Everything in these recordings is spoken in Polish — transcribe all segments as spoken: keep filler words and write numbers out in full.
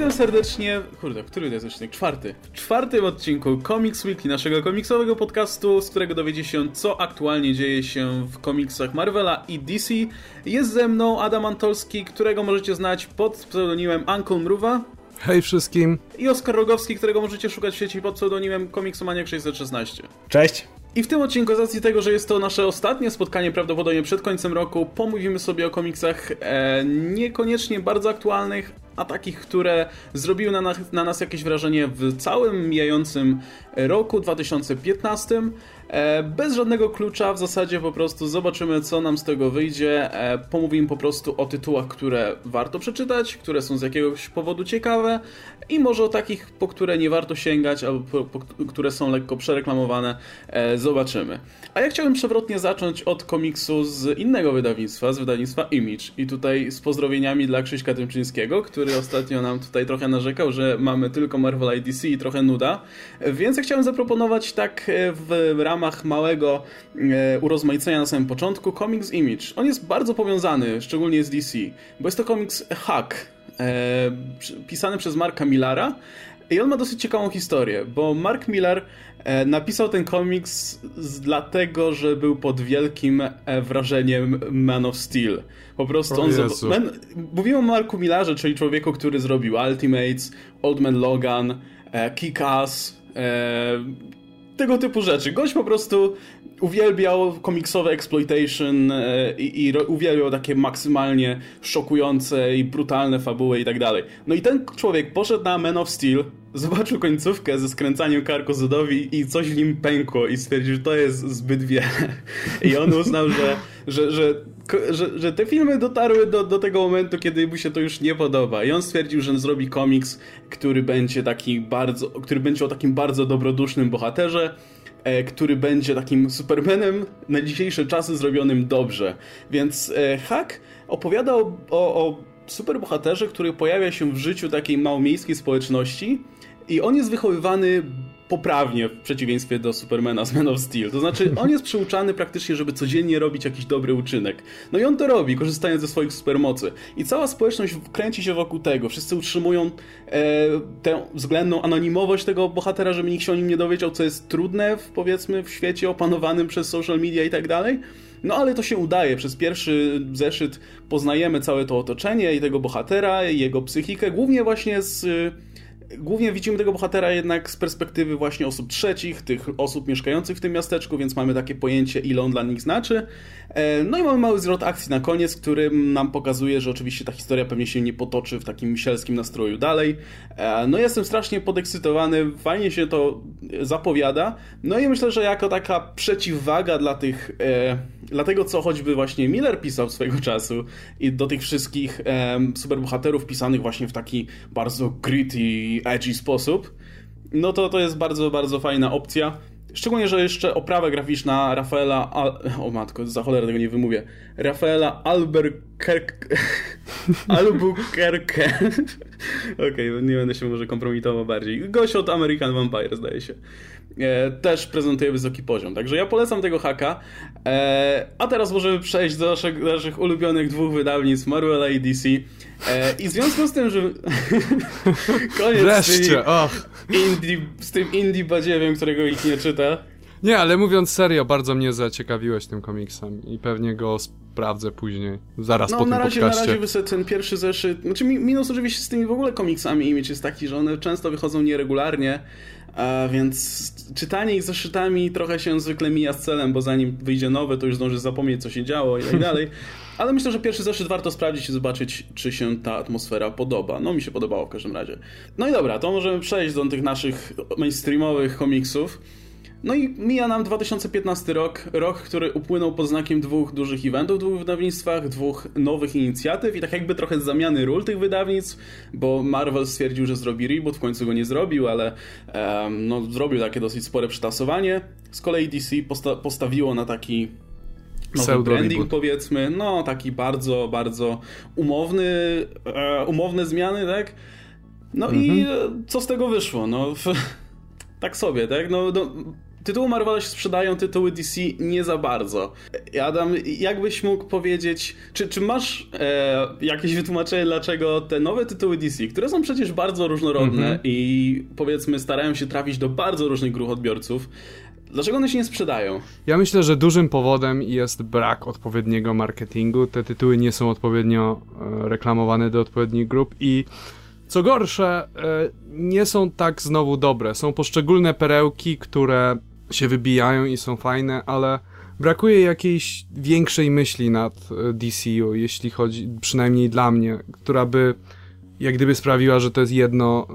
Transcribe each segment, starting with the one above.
Witam serdecznie, kurde, który to jest odcinek? Czwarty. W czwartym odcinku Comics Weekly, naszego komiksowego podcastu, z którego dowiecie się, co aktualnie dzieje się w komiksach Marvela i D C. Jest ze mną Adam Antolski, którego możecie znać pod pseudonimem Uncle Mruwa. Hej wszystkim. I Oskar Rogowski, którego możecie szukać w sieci pod pseudonimem Komiksomaniak sześćset szesnaście. Cześć. I w tym odcinku, z racji tego, że jest to nasze ostatnie spotkanie prawdopodobnie przed końcem roku, pomówimy sobie o komiksach e, niekoniecznie bardzo aktualnych, a takich, które zrobiły na, na, na nas jakieś wrażenie w całym mijającym roku dwa tysiące piętnastym. E, bez żadnego klucza, w zasadzie po prostu zobaczymy, co nam z tego wyjdzie. E, pomówimy po prostu o tytułach, które warto przeczytać, które są z jakiegoś powodu ciekawe i może o takich, po które nie warto sięgać, albo po, po, które są lekko przereklamowane. E, zobaczymy. A ja chciałem przewrotnie zacząć od komiksu z innego wydawnictwa, z wydawnictwa Image. I tutaj z pozdrowieniami dla Krzyśka Tymczyńskiego, który ostatnio nam tutaj trochę narzekał, że mamy tylko Marvela i D C i trochę nuda. Więc ja chciałem zaproponować tak w ramach małego e, urozmaicenia na samym początku komiks Image. On jest bardzo powiązany, szczególnie z D C, bo jest to komiks Hack, e, pisany przez Marka Millara i on ma dosyć ciekawą historię, bo Mark Millar e, napisał ten komiks z, dlatego, że był pod wielkim e, wrażeniem Man of Steel. Po prostu on... Zob- Man, mówimy o Marku Millarze, czyli człowieku, który zrobił Ultimates, Old Man Logan, e, Kick-Ass, e, tego typu rzeczy. Gość po prostu uwielbiał komiksowe exploitation e, i, i uwielbiał takie maksymalnie szokujące i brutalne fabuły i tak dalej. No i ten człowiek poszedł na Man of Steel, zobaczył końcówkę ze skręcaniem karku Zodowi i coś w nim pękło i stwierdził, że to jest zbyt wiele. I on uznał, że, że, że, że, że te filmy dotarły do, do tego momentu, kiedy mu się to już nie podoba. I on stwierdził, że zrobi komiks, który będzie taki bardzo, który będzie o takim bardzo dobrodusznym bohaterze, który będzie takim Supermanem na dzisiejsze czasy zrobionym dobrze. Więc Hack opowiada o, o, o superbohaterze, który pojawia się w życiu takiej małomiejskiej społeczności i on jest wychowywany poprawnie w przeciwieństwie do Supermana z Man of Steel. To znaczy on jest przyuczany praktycznie, żeby codziennie robić jakiś dobry uczynek. No i on to robi, korzystając ze swoich supermocy. I cała społeczność kręci się wokół tego. Wszyscy utrzymują e, tę względną anonimowość tego bohatera, żeby nikt się o nim nie dowiedział, co jest trudne w, powiedzmy, w świecie opanowanym przez social media i tak dalej. No ale to się udaje. Przez pierwszy zeszyt poznajemy całe to otoczenie i tego bohatera, i jego psychikę, głównie właśnie z... Głównie widzimy tego bohatera jednak z perspektywy właśnie osób trzecich, tych osób mieszkających w tym miasteczku, więc mamy takie pojęcie, ile on dla nich znaczy. No i mamy mały zwrot akcji na koniec, który nam pokazuje, że oczywiście ta historia pewnie się nie potoczy w takim sielskim nastroju dalej. No jestem strasznie podekscytowany, fajnie się to zapowiada. No i myślę, że jako taka przeciwwaga dla tych, dla tego, co choćby właśnie Miller pisał swojego czasu i do tych wszystkich superbohaterów pisanych właśnie w taki bardzo gritty, edgy sposób, no to to jest bardzo, bardzo fajna opcja. Szczególnie, że jeszcze oprawa graficzna Rafaela... Al... O matko, za cholerę tego nie wymówię. Rafaela Albuquerque... Albuquerque... Okej, okay, nie będę się może kompromitował bardziej. Gość od American Vampire, zdaje się. E, też prezentuje wysoki poziom. Także ja polecam tego haka. E, a teraz możemy przejść do naszych, naszych ulubionych dwóch wydawnictw, Marvela i D C. E, I w związku z tym, że... Koniec Wreszcie, z, tymi och. indie, z tym indie badziewiem, którego ich nie czyta. Nie, ale mówiąc serio, bardzo mnie zaciekawiłeś tym komiksem i pewnie go sprawdzę później, zaraz no, po tym na razie, podcaście. Na razie wyszedł ten pierwszy zeszyt. Znaczy minus oczywiście z tymi w ogóle komiksami Image jest taki, że one często wychodzą nieregularnie, a więc czytanie ich zeszytami trochę się zwykle mija z celem, bo zanim wyjdzie nowe, to już zdąży zapomnieć, co się działo i tak dalej. Ale myślę, że pierwszy zeszyt warto sprawdzić i zobaczyć, czy się ta atmosfera podoba. No mi się podobało w każdym razie. No i dobra, to możemy przejść do tych naszych mainstreamowych komiksów. No i mija nam dwa tysiące piętnasty rok, rok, który upłynął pod znakiem dwóch dużych eventów w dwóch wydawnictwach, dwóch nowych inicjatyw i tak jakby trochę zamiany ról tych wydawnictw, bo Marvel stwierdził, że zrobi reboot, w końcu go nie zrobił, ale um, no, zrobił takie dosyć spore przetasowanie. Z kolei D C posta- postawiło na taki nowy branding, powiedzmy, no taki bardzo, bardzo umowny, e, umowne zmiany, tak? No mhm. i co z tego wyszło? No tak sobie, tak? No, no tytuły Marvela się sprzedają, tytuły D C nie za bardzo. Adam, jakbyś mógł powiedzieć, czy, czy masz e, jakieś wytłumaczenie, dlaczego te nowe tytuły D C, które są przecież bardzo różnorodne mm-hmm. i powiedzmy starają się trafić do bardzo różnych grup odbiorców, dlaczego one się nie sprzedają? Ja myślę, że dużym powodem jest brak odpowiedniego marketingu. Te tytuły nie są odpowiednio e, reklamowane do odpowiednich grup i co gorsze, e, nie są tak znowu dobre. Są poszczególne perełki, które się wybijają i są fajne, ale brakuje jakiejś większej myśli nad D C U, jeśli chodzi, przynajmniej dla mnie, która by jak gdyby sprawiła, że to jest jedno,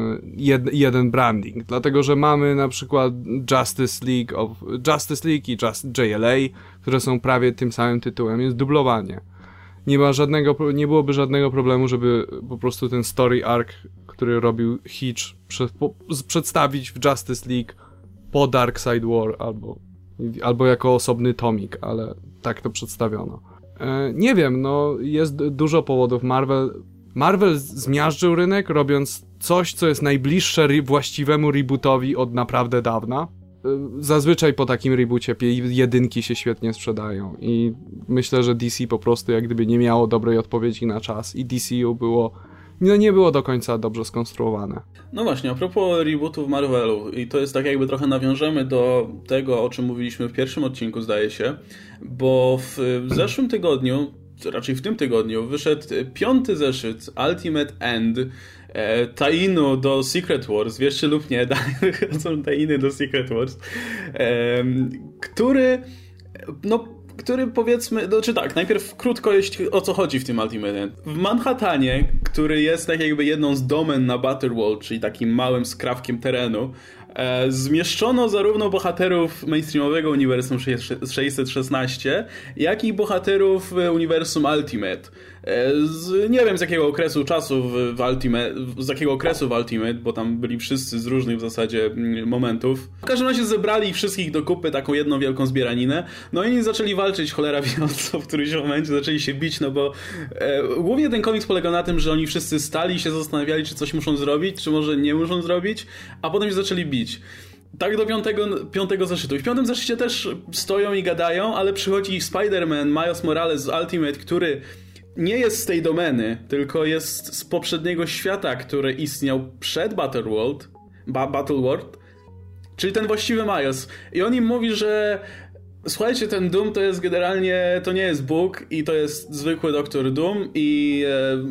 jed, jeden branding. Dlatego, że mamy na przykład Justice League, of, Justice League i Just, J L A, które są prawie tym samym tytułem. Jest dublowanie. Nie ma żadnego, nie byłoby żadnego problemu, żeby po prostu ten story arc, który robił Hitch, prze, po, przedstawić w Justice League po Darkseid War albo, albo jako osobny tomik, ale tak to przedstawiono. E, nie wiem, no jest dużo powodów. Marvel Marvel zmiażdżył rynek, robiąc coś, co jest najbliższe re- właściwemu rebootowi od naprawdę dawna. Zazwyczaj po takim reboocie jedynki się świetnie sprzedają i myślę, że D C po prostu jak gdyby nie miało dobrej odpowiedzi na czas i D C U było, no nie było do końca dobrze skonstruowane. No właśnie, a propos rebootów Marvelu i to jest tak jakby trochę nawiążemy do tego, o czym mówiliśmy w pierwszym odcinku, zdaje się, bo w, w zeszłym tygodniu, raczej w tym tygodniu, wyszedł piąty zeszyt Ultimate End e, tie-inu do Secret Wars, wierzcie lub nie, dalej wychodzą tie-iny do Secret Wars, e, który no, który powiedzmy, znaczy tak, najpierw krótko jeśli o co chodzi w tym Ultimate End. W Manhattanie, który jest tak jakby jedną z domen na Battleworld, czyli takim małym skrawkiem terenu, E, zmieszczono zarówno bohaterów mainstreamowego uniwersum sześćset szesnaście, jak i bohaterów uniwersum Ultimate. E, z, nie wiem z jakiego okresu czasu w, w Ultimate, z jakiego okresu w Ultimate, bo tam byli wszyscy z różnych w zasadzie momentów. W każdym razie zebrali wszystkich do kupy taką jedną wielką zbieraninę, no i oni zaczęli walczyć, cholera wie o co, w którymś momencie zaczęli się bić, no bo e, głównie ten komiks polegał na tym, że oni wszyscy stali i się zastanawiali, czy coś muszą zrobić, czy może nie muszą zrobić, a potem się zaczęli bić. Tak do piątego, piątego zeszytu. I w piątym zeszycie też stoją i gadają, ale przychodzi Spider-Man, Miles Morales z Ultimate, który nie jest z tej domeny, tylko jest z poprzedniego świata, który istniał przed Battleworld, ba- Battleworld, czyli ten właściwy Miles. I on im mówi, że słuchajcie, ten Doom to jest generalnie, to nie jest Bóg i to jest zwykły doktor Doom i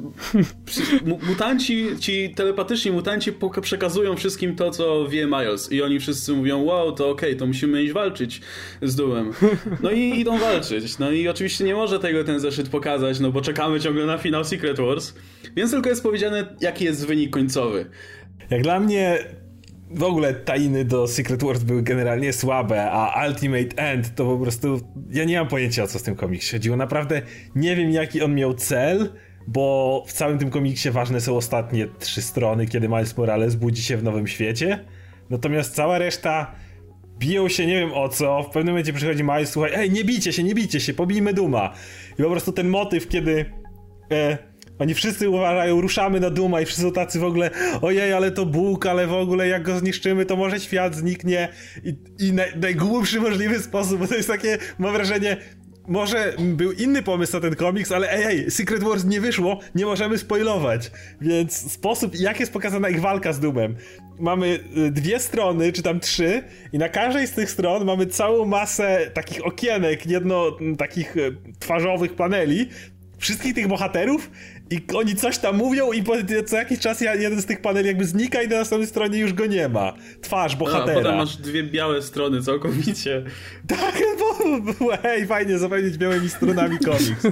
e, mutanci, ci telepatyczni mutanci przekazują wszystkim to, co wie Miles i oni wszyscy mówią, wow, to okej, okay, to musimy iść walczyć z Doomem. No i idą walczyć. No i oczywiście nie może tego ten zeszyt pokazać, no bo czekamy ciągle na finał Secret Wars, więc tylko jest powiedziane, jaki jest wynik końcowy. Jak dla mnie w ogóle tajny do Secret Wars były generalnie słabe, a Ultimate End to po prostu... Ja nie mam pojęcia, o co z tym komiksie chodziło. Naprawdę nie wiem, jaki on miał cel, bo w całym tym komiksie ważne są ostatnie trzy strony, kiedy Miles Morales budzi się w nowym świecie. Natomiast cała reszta biją się nie wiem o co. W pewnym momencie przychodzi Miles, słuchaj, ej, nie bijcie się, nie bijcie się, pobijmy Dooma. I po prostu ten motyw, kiedy... E, Oni wszyscy uważają, ruszamy na Dooma i wszyscy tacy w ogóle, ojej, ale to Bóg, ale w ogóle jak go zniszczymy, to może świat zniknie. I, i naj, najgłupszy możliwy sposób, bo to jest takie, mam wrażenie, może był inny pomysł na ten komiks, ale ej, ej, Secret Wars nie wyszło, nie możemy spoilować. Więc sposób, jak jest pokazana ich walka z Doomem. Mamy dwie strony, czy tam trzy, i na każdej z tych stron mamy całą masę takich okienek, jedno takich twarzowych paneli, wszystkich tych bohaterów i oni coś tam mówią i po, co jakiś czas jeden z tych paneli jakby znika i na następnej stronie już go nie ma. Twarz bohatera. A potem masz dwie białe strony całkowicie. Tak, bo, bo hej, fajnie zapełnić białymi stronami komiks.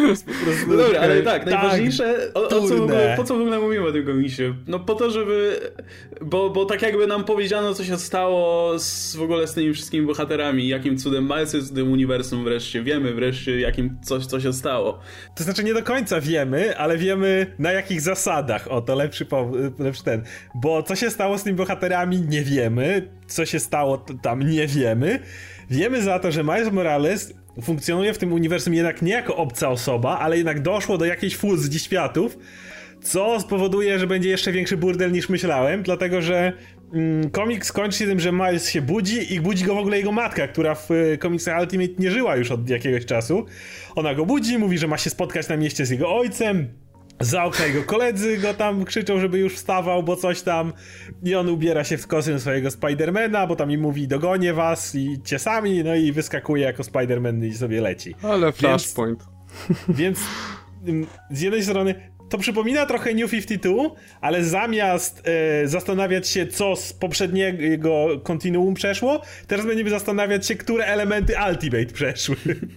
No dobra, ale tak, najważniejsze, o, o co w ogóle, po co w ogóle mówimy o tym komiksie? No po to, żeby, bo, bo tak jakby nam powiedziano, co się stało z, w ogóle z tymi wszystkimi bohaterami, jakim cudem Miles jest w tym uniwersum wreszcie, wiemy wreszcie, jakim coś, co się stało. To znaczy nie do końca wiemy, ale wiemy na jakich zasadach. O, to lepszy, lepszy ten. Bo co się stało z tymi bohaterami nie wiemy. Co się stało tam nie wiemy. Wiemy za to, że Miles Morales funkcjonuje w tym uniwersum jednak nie jako obca osoba, ale jednak doszło do jakiejś fuzji światów, co spowoduje, że będzie jeszcze większy burdel niż myślałem, dlatego że mm, komiks kończy się tym, że Miles się budzi i budzi go w ogóle jego matka, która w y, komiksach Ultimate nie żyła już od jakiegoś czasu. Ona go budzi, mówi, że ma się spotkać na mieście z jego ojcem. Za okna jego koledzy go tam krzyczą, żeby już wstawał, bo coś tam. I on ubiera się w kostium swojego Spidermana, bo tam im mówi, dogonię was i cię sami, no i wyskakuje jako Spiderman i sobie leci. Ale Flashpoint. Więc, więc z jednej strony to przypomina trochę New pięćdziesiąt dwa, ale zamiast e, zastanawiać się, co z poprzedniego kontinuum przeszło, teraz będziemy zastanawiać się, które elementy Ultimate przeszły.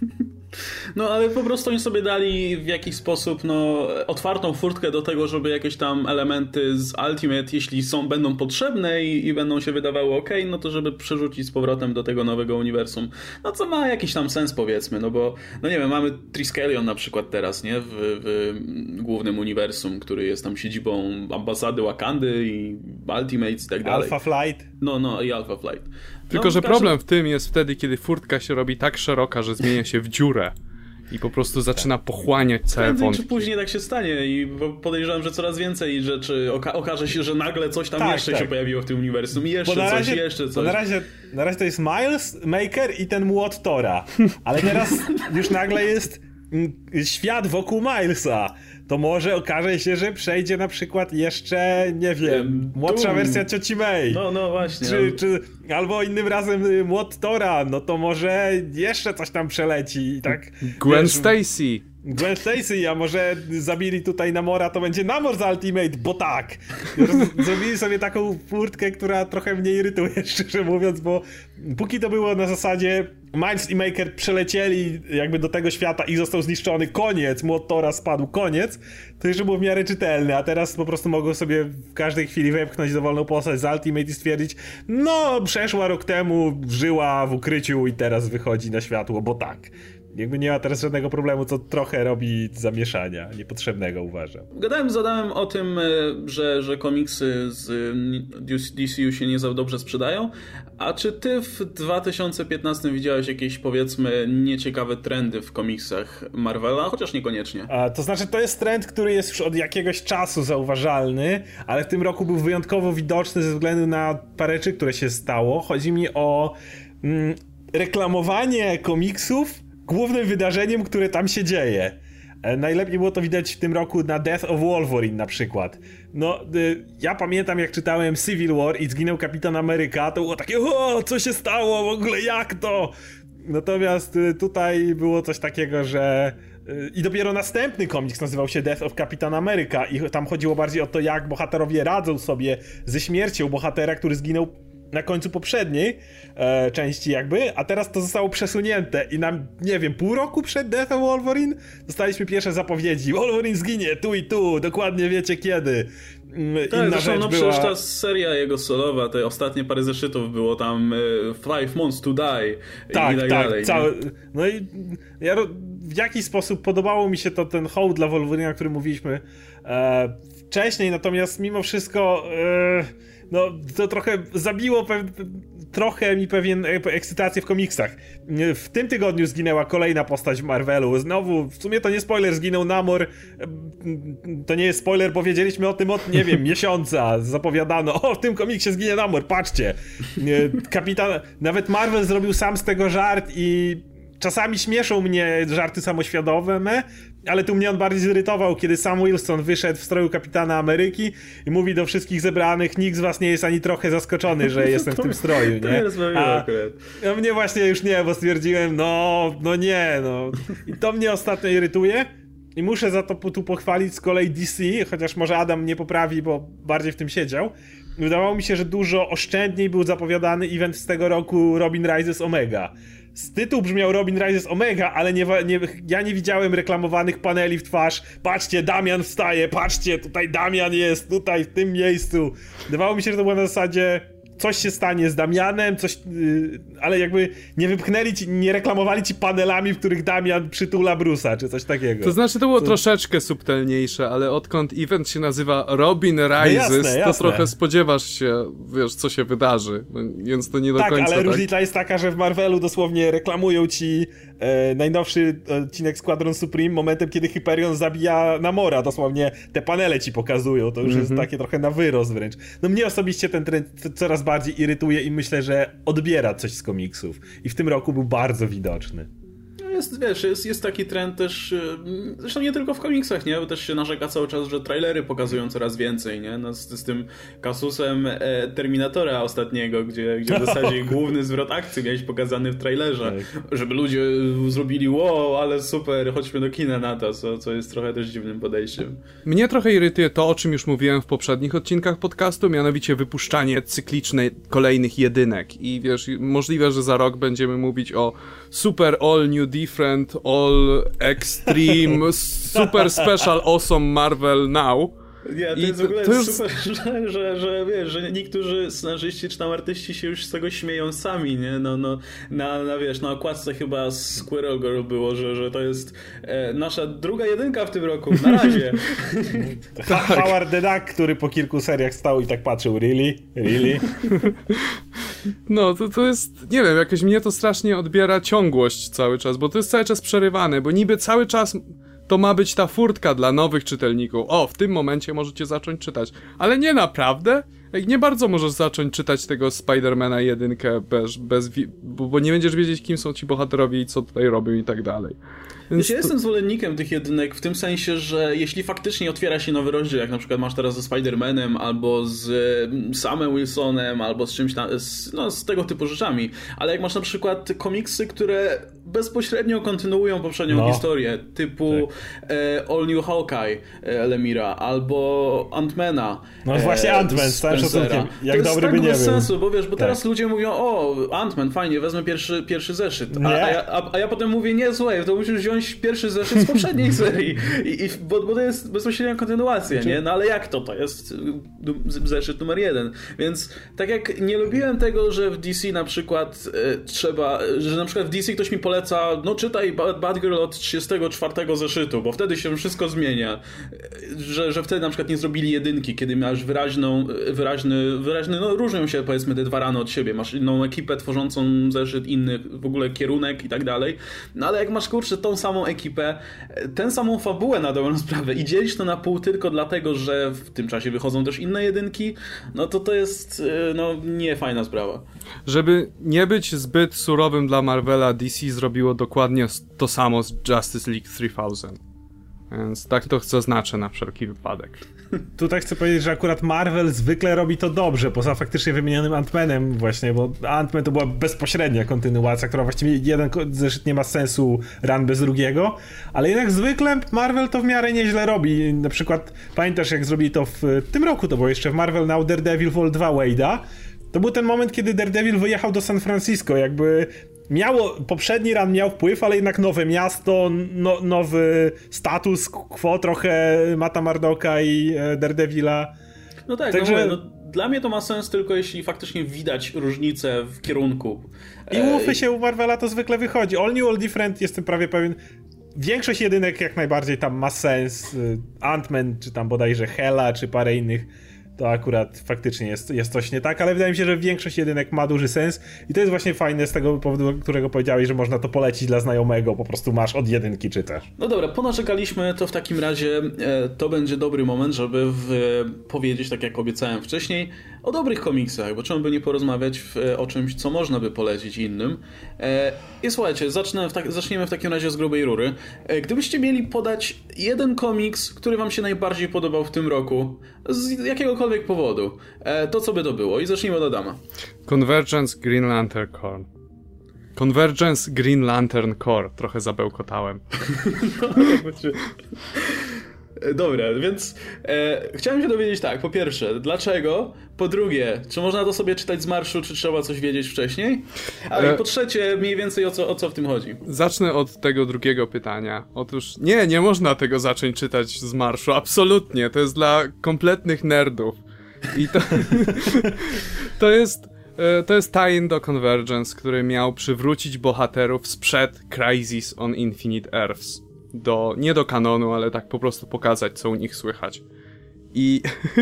No ale po prostu oni sobie dali w jakiś sposób no otwartą furtkę do tego, żeby jakieś tam elementy z Ultimate, jeśli są, będą potrzebne i, i będą się wydawały ok, no to żeby przerzucić z powrotem do tego nowego uniwersum. No co ma jakiś tam sens, powiedzmy, no bo no nie wiem, mamy Triskelion na przykład teraz, nie? W, w głównym uniwersum, który jest tam siedzibą ambasady Wakandy i Ultimates i tak dalej. Alpha Flight. No, no i Alpha Flight. Tylko, no, że każdym... problem w tym jest wtedy, kiedy furtka się robi tak szeroka, że zmienia się w dziurę i po prostu zaczyna pochłaniać całe Prędzej wątki. czy później tak się stanie i podejrzewam, że coraz więcej rzeczy oka- okaże się, że nagle coś tam tak, jeszcze tak. się pojawiło w tym uniwersum i jeszcze na coś, razie, jeszcze coś. Bo na razie, na razie to jest Miles, Maker i ten młot Tora, ale teraz już nagle jest mm, świat wokół Milesa. To może okaże się, że przejdzie na przykład jeszcze, nie wiem, młodsza Doom. wersja Cioci May. No, no właśnie. Czy, czy, albo innym razem y, młot Tora, no to może jeszcze coś tam przeleci i tak. Gwen wiesz, Stacy. Gwen Stacy, a może zabili tutaj Namora, to będzie Namor z Ultimate, bo tak. Roz- Zrobili sobie taką furtkę, która trochę mnie irytuje, szczerze mówiąc, bo póki to było na zasadzie Miles i Maker przelecieli jakby do tego świata i został zniszczony, koniec, młot Tora spadł, koniec, to jeszcze było w miarę czytelne, a teraz po prostu mogą sobie w każdej chwili wepchnąć dowolną postać z Ultimate i stwierdzić, no przeszła rok temu, żyła w ukryciu i teraz wychodzi na światło, bo tak. Jakby nie ma teraz żadnego problemu, co trochę robi zamieszania niepotrzebnego, uważam. Gadałem z Adamem o tym, że, że komiksy z D C U się nie za dobrze sprzedają. A czy ty w dwa tysiące piętnastym widziałeś jakieś, powiedzmy, nieciekawe trendy w komiksach Marvela? Chociaż niekoniecznie. A, to znaczy, to jest trend, który jest już od jakiegoś czasu zauważalny, ale w tym roku był wyjątkowo widoczny ze względu na parę rzeczy, które się stało. Chodzi mi o mm, reklamowanie komiksów głównym wydarzeniem, które tam się dzieje. E, najlepiej było to widać w tym roku na Death of Wolverine na przykład. No, y, ja pamiętam, jak czytałem Civil War i zginął Kapitan Ameryka, to było takie, o, co się stało, w ogóle jak to? Natomiast y, tutaj było coś takiego, że y, i dopiero następny komiks nazywał się Death of Captain America i tam chodziło bardziej o to, jak bohaterowie radzą sobie ze śmiercią bohatera, który zginął na końcu poprzedniej e, części jakby, a teraz to zostało przesunięte i nam, nie wiem, pół roku przed Death of Wolverine dostaliśmy pierwsze zapowiedzi. Wolverine zginie tu i tu, dokładnie wiecie kiedy. Tak, Inna zresztą rzecz no była... przecież ta seria jego solowa, te ostatnie parę zeszytów było tam y, Five Months to Die tak, i tak, tak dalej. Całe... No i ja, w jakiś sposób podobało mi się to ten hołd dla Wolverina, o którym mówiliśmy e, wcześniej, natomiast mimo wszystko e, no to trochę zabiło pe... trochę mi pewien ekscytację w komiksach. W tym tygodniu zginęła kolejna postać w Marvelu. Znowu, w sumie to nie spoiler, zginął Namor. To nie jest spoiler, bo wiedzieliśmy o tym od, nie wiem, miesiąca. Zapowiadano, o, w tym komiksie zginie Namor, patrzcie. Kapitan, nawet Marvel zrobił sam z tego żart i czasami śmieszą mnie żarty samoświadome, ale tu mnie on bardziej zirytował, kiedy Sam Wilson wyszedł w stroju Kapitana Ameryki i mówi do wszystkich zebranych, nikt z was nie jest ani trochę zaskoczony, że jestem w tym stroju, nie? A, a mnie właśnie już nie, bo stwierdziłem, no, no nie, no. I to mnie ostatnio irytuje i muszę za to tu pochwalić z kolei D C, chociaż może Adam mnie poprawi, bo bardziej w tym siedział. Wydawało mi się, że dużo oszczędniej był zapowiadany event z tego roku Robin Rises Omega. Z tytułu brzmiał Robin Rises Omega, ale nie, nie, ja nie widziałem reklamowanych paneli w twarz. Patrzcie, Damian wstaje, patrzcie, tutaj Damian jest, tutaj w tym miejscu. Wydawało mi się, że to było na zasadzie coś się stanie z Damianem, coś, yy, ale jakby nie wypchnęli ci, nie reklamowali ci panelami, w których Damian przytula Bruce'a, czy coś takiego. To znaczy to było to... troszeczkę subtelniejsze, ale odkąd event się nazywa Robin Rises, no jasne, jasne. to trochę spodziewasz się, wiesz, co się wydarzy, no, więc to nie do tak, końca ale tak. różnica jest taka, że w Marvelu dosłownie reklamują ci e, najnowszy odcinek Squadron Supreme momentem, kiedy Hyperion zabija Namora, dosłownie te panele ci pokazują, to już mm-hmm. jest takie trochę na wyrost wręcz. No mnie osobiście ten trend coraz bardziej irytuje i myślę, że odbiera coś z komiksów i w tym roku był bardzo widoczny. Jest, wiesz, jest, jest taki trend też, zresztą nie tylko w komiksach, nie? Bo też się narzeka cały czas, że trailery pokazują coraz więcej, nie? No, z, z tym kasusem e, Terminatora ostatniego, gdzie, gdzie w zasadzie główny zwrot akcji miałeś pokazany w trailerze, tak. Żeby ludzie zrobili wow, ale super, chodźmy do kina na to, co, co jest trochę też dziwnym podejściem. Mnie trochę irytuje to, o czym już mówiłem w poprzednich odcinkach podcastu, mianowicie wypuszczanie cykliczne kolejnych jedynek i wiesz, możliwe, że za rok będziemy mówić o super all new different, all extreme, super special awesome Marvel now. Nie, to I jest w ogóle to jest... super, że, że, że wiesz, że niektórzy scenarzyści czy tam artyści się już z tego śmieją sami, nie? No, no, na, na wiesz, na okładce chyba Squirrel Girl było, że, że to jest e, nasza druga jedynka w tym roku, na razie. Tak. Howard the Duck, który po kilku seriach stał i tak patrzył, really? Really? No, to, to jest, nie wiem, jakoś mnie to strasznie odbiera ciągłość cały czas, bo to jest cały czas przerywane, bo niby cały czas to ma być ta furtka dla nowych czytelników. O, w tym momencie możecie zacząć czytać. Ale nie naprawdę? Jak nie bardzo możesz zacząć czytać tego Spidermana jedynkę bez, bez bo, bo nie będziesz wiedzieć, kim są ci bohaterowie i co tutaj robią i tak dalej. Więc ja to... jestem zwolennikiem tych jedynek w tym sensie, że jeśli faktycznie otwiera się nowy rozdział, jak na przykład masz teraz ze Spider-Manem, albo z Samem Wilsonem, albo z czymś tam, z, no, z tego typu rzeczami, ale jak masz na przykład komiksy, które bezpośrednio kontynuują poprzednią no. historię, typu tak. e, All New Hawkeye e, Lemira, albo Ant-Mana. No e, właśnie Ant-Man, z całym szacunkiem. Jak to dobry jest by tak nie bez był. sensu, bo wiesz, bo tak. teraz ludzie mówią, o, Ant-Man, fajnie, wezmę pierwszy, pierwszy zeszyt. A, a, ja, a, a ja potem mówię, nie, słuchaj, to musisz wziąć pierwszy zeszyt z poprzedniej serii, I, i, bo, bo to jest bezpośrednia kontynuacja, nie? No ale jak to? To jest zeszyt numer jeden. Więc tak jak nie lubiłem tego, że w D C na przykład e, trzeba, że na przykład w D C ktoś mi poleca, no czytaj Batgirl od trzydziestego czwartego zeszytu, bo wtedy się wszystko zmienia. Że, że wtedy na przykład nie zrobili jedynki, kiedy masz wyraźną, wyraźny, wyraźny, no różnią się powiedzmy te dwa rany od siebie. Masz inną ekipę tworzącą zeszyt, inny w ogóle kierunek i tak dalej. No ale jak masz kurczę tą samą ekipę, tę samą fabułę na dobrą sprawę i dzielisz to na pół tylko dlatego, że w tym czasie wychodzą też inne jedynki, no to to jest no nie fajna sprawa. Żeby nie być zbyt surowym dla Marvela, D C zrobiło dokładnie to samo z Justice League trzy tysiące. Więc tak to zaznaczę na wszelki wypadek. Tutaj chcę powiedzieć, że akurat Marvel zwykle robi to dobrze, poza faktycznie wymienionym Ant-Manem właśnie, bo Ant-Man to była bezpośrednia kontynuacja, która właściwie jeden zeszyt nie ma sensu run bez drugiego, ale jednak zwykle Marvel to w miarę nieźle robi. Na przykład pamiętasz, jak zrobili to w tym roku, to było jeszcze w Marvel Now Daredevil Vol dwa Wade'a. To był ten moment, kiedy Daredevil wyjechał do San Francisco, jakby miało, poprzedni run miał wpływ, ale jednak nowe miasto, no, nowy status quo, trochę Matta Murdocka i Daredevila. No tak, Także... no, no, dla mnie to ma sens tylko jeśli faktycznie widać różnicę w kierunku. I umówmy się, u Marvela to zwykle wychodzi. All New, All Different, jestem prawie pewien. Większość jedynek jak najbardziej tam ma sens. Ant-Man, czy tam bodajże Hela, czy parę innych. To akurat faktycznie jest, jest coś nie tak, ale wydaje mi się, że większość jedynek ma duży sens i to jest właśnie fajne z tego powodu, którego powiedziałeś, że można to polecić dla znajomego, po prostu masz od jedynki czytasz. No dobra, ponarzekaliśmy, to w takim razie e, to będzie dobry moment, żeby w, powiedzieć, tak jak obiecałem wcześniej, o dobrych komiksach, bo czemu by nie porozmawiać w, o czymś, co można by polecić innym. E, I słuchajcie, zacznę w tak, zaczniemy w takim razie z grubej rury. E, gdybyście mieli podać jeden komiks, który wam się najbardziej podobał w tym roku, z jakiegokolwiek powodu, e, to co by to było? I zacznijmy od Adama. Convergence Green Lantern Corps. Convergence Green Lantern Corps. Trochę zabełkotałem. No, dobra, więc e, chciałem się dowiedzieć tak, po pierwsze, dlaczego? Po drugie, czy można to sobie czytać z marszu, czy trzeba coś wiedzieć wcześniej? A e... po trzecie, mniej więcej o co, o co w tym chodzi? Zacznę od tego drugiego pytania. Otóż nie, nie można tego zacząć czytać z marszu, absolutnie. To jest dla kompletnych nerdów. I to, to jest... To jest tie-in do Convergence, który miał przywrócić bohaterów sprzed Crisis on Infinite Earths. Do, nie do kanonu, ale tak po prostu pokazać, co u nich słychać. I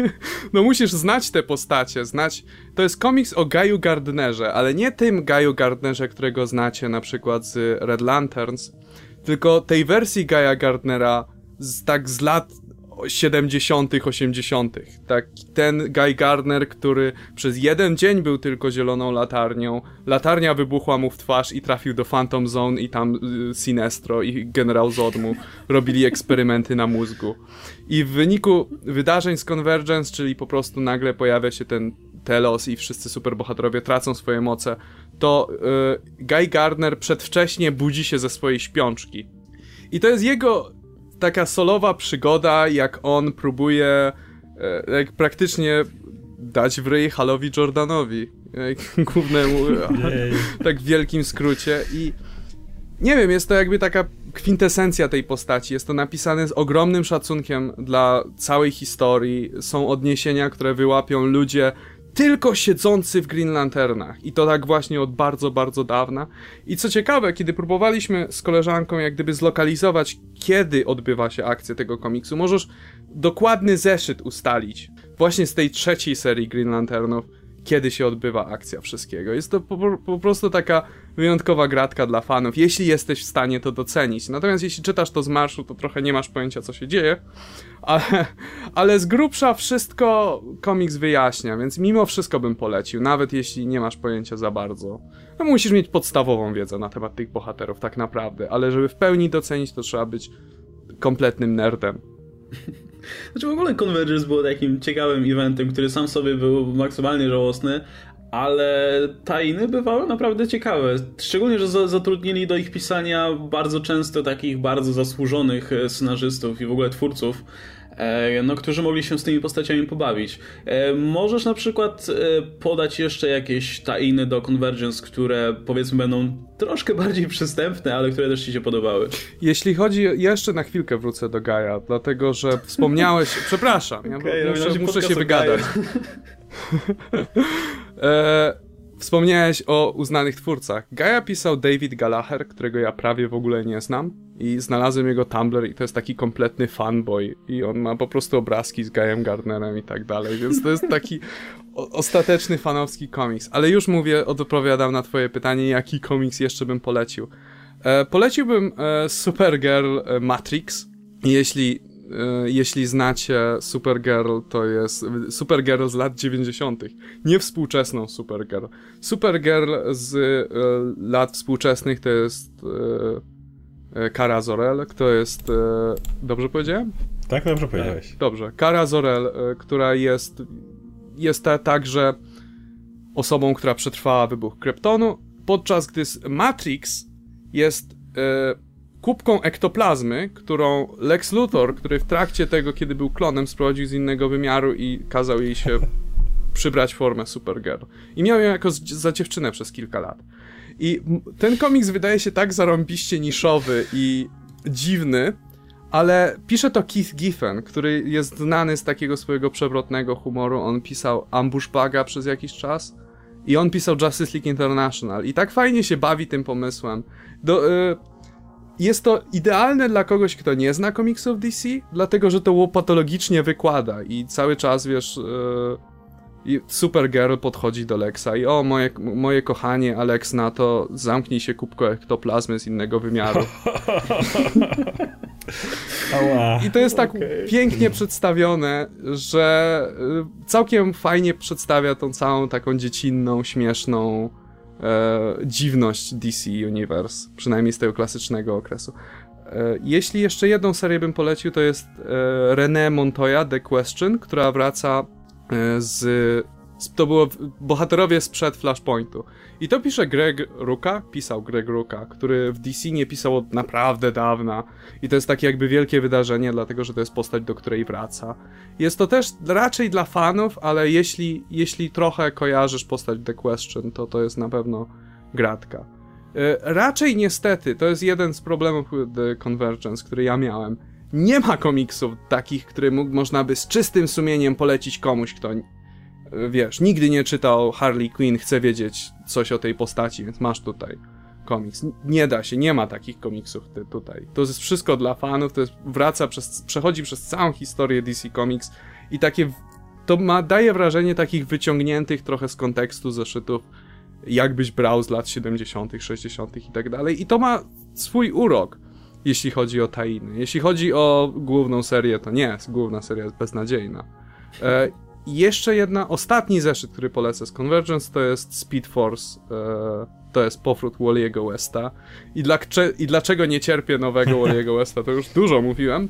no musisz znać te postacie, znać... To jest komiks o Gaju Gardnerze, ale nie tym Gaju Gardnerze, którego znacie na przykład z Red Lanterns, tylko tej wersji Gaja Gardnera z, tak z lat siedemdziesiątych, osiemdziesiątych. Tak, ten Guy Gardner, który przez jeden dzień był tylko zieloną latarnią, latarnia wybuchła mu w twarz i trafił do Phantom Zone i tam y, Sinestro i Generał Zod mu robili eksperymenty na mózgu. I w wyniku wydarzeń z Convergence, czyli po prostu nagle pojawia się ten Telos i wszyscy superbohaterowie tracą swoje moce, to y, Guy Gardner przedwcześnie budzi się ze swojej śpiączki. I to jest jego taka solowa przygoda, jak on próbuje e, jak praktycznie dać w ryj Halowi Jordanowi, jak głównemu, tak w wielkim skrócie. I nie wiem, jest to jakby taka kwintesencja tej postaci. Jest to napisane z ogromnym szacunkiem dla całej historii. Są odniesienia, które wyłapią ludzie tylko siedzący w Green Lanternach. I to tak właśnie od bardzo, bardzo dawna. I co ciekawe, kiedy próbowaliśmy z koleżanką jak gdyby zlokalizować, kiedy odbywa się akcja tego komiksu, możesz dokładny zeszyt ustalić właśnie z tej trzeciej serii Green Lanternów, kiedy się odbywa akcja wszystkiego. Jest to po, po prostu taka wyjątkowa gratka dla fanów, jeśli jesteś w stanie to docenić. Natomiast jeśli czytasz to z marszu, to trochę nie masz pojęcia, co się dzieje, ale, ale z grubsza wszystko komiks wyjaśnia, więc mimo wszystko bym polecił, nawet jeśli nie masz pojęcia za bardzo. No musisz mieć podstawową wiedzę na temat tych bohaterów, tak naprawdę, ale żeby w pełni docenić, to trzeba być kompletnym nerdem. Znaczy w ogóle Convergence było takim ciekawym eventem, który sam sobie był maksymalnie żałosny, ale tajny bywały naprawdę ciekawe. Szczególnie, że zatrudnili do ich pisania bardzo często takich bardzo zasłużonych scenarzystów i w ogóle twórców, no, którzy mogli się z tymi postaciami pobawić. Możesz na przykład podać jeszcze jakieś tajny do Convergence, które powiedzmy będą troszkę bardziej przystępne, ale które też ci się podobały. Jeśli chodzi, jeszcze na chwilkę wrócę do Gaja, dlatego że wspomniałeś, przepraszam, ja okay, muszę, muszę się wygadać. e, wspomniałeś o uznanych twórcach. Gaja pisał David Gallagher, którego ja prawie w ogóle nie znam, i znalazłem jego Tumblr i to jest taki kompletny fanboy i on ma po prostu obrazki z Gajem Gardnerem i tak dalej, więc to jest taki o- ostateczny fanowski komiks. Ale już mówię, odpowiadam na twoje pytanie, jaki komiks jeszcze bym polecił. E, poleciłbym e, Supergirl e, Matrix. Jeśli, e, jeśli znacie Supergirl, to jest Supergirl z lat dziewięćdziesiątych. Nie współczesną Supergirl. Supergirl z e, lat współczesnych to jest e, Kara Zor-El, kto jest... E, dobrze powiedziałem? Tak, dobrze powiedziałeś. E, dobrze. Kara Zor-El, e, która jest jest ta, także osobą, która przetrwała wybuch Kryptonu, podczas gdy Matrix jest e, kubką ektoplazmy, którą Lex Luthor, który w trakcie tego, kiedy był klonem, sprowadził z innego wymiaru i kazał jej się przybrać formę Supergirl. I miał ją jako z, za dziewczynę przez kilka lat. I ten komiks wydaje się tak zarąbiście niszowy i dziwny, ale pisze to Keith Giffen, który jest znany z takiego swojego przewrotnego humoru. On pisał Ambush Buga przez jakiś czas i on pisał Justice League International i tak fajnie się bawi tym pomysłem. Do, y, jest to idealne dla kogoś, kto nie zna komiksów D C, dlatego że to patologicznie wykłada i cały czas, wiesz, y, i Supergirl podchodzi do Lexa i o, moje, moje kochanie, Alex, na to zamknij się, kubko ektoplazmy z innego wymiaru. I to jest tak okay. pięknie przedstawione, że całkiem fajnie przedstawia tą całą taką dziecinną, śmieszną e, dziwność D C Universe, przynajmniej z tego klasycznego okresu. E, jeśli jeszcze jedną serię bym polecił, to jest e, René Montoya, The Question, która wraca e, z... To było bohaterowie sprzed Flashpointu. I to pisze Greg Rucka, pisał Greg Rucka, który w D C nie pisał od naprawdę dawna. I to jest takie jakby wielkie wydarzenie, dlatego że to jest postać, do której wraca. Jest to też raczej dla fanów, ale jeśli, jeśli trochę kojarzysz postać The Question, to to jest na pewno gratka. Raczej niestety, to jest jeden z problemów The Convergence, który ja miałem. Nie ma komiksów takich, które mógł, można by z czystym sumieniem polecić komuś, kto... Wiesz, nigdy nie czytał Harley Quinn, chce wiedzieć coś o tej postaci, więc masz tutaj komiks. Nie da się, nie ma takich komiksów tutaj. To jest wszystko dla fanów, to jest, wraca przez, przechodzi przez całą historię D C Comics i takie, to ma, daje wrażenie takich wyciągniętych trochę z kontekstu zeszytów, jakbyś brał z lat siedemdziesiątych, sześćdziesiątych i tak dalej. I to ma swój urok, jeśli chodzi o tie-iny. Jeśli chodzi o główną serię, to nie, główna seria jest beznadziejna. E, jeszcze jedna, ostatni zeszyt, który polecę z Convergence, to jest Speed Force, e, to jest powrót Wally'ego Westa. I, dla, I dlaczego nie cierpię nowego Wally'ego Westa, to już dużo mówiłem.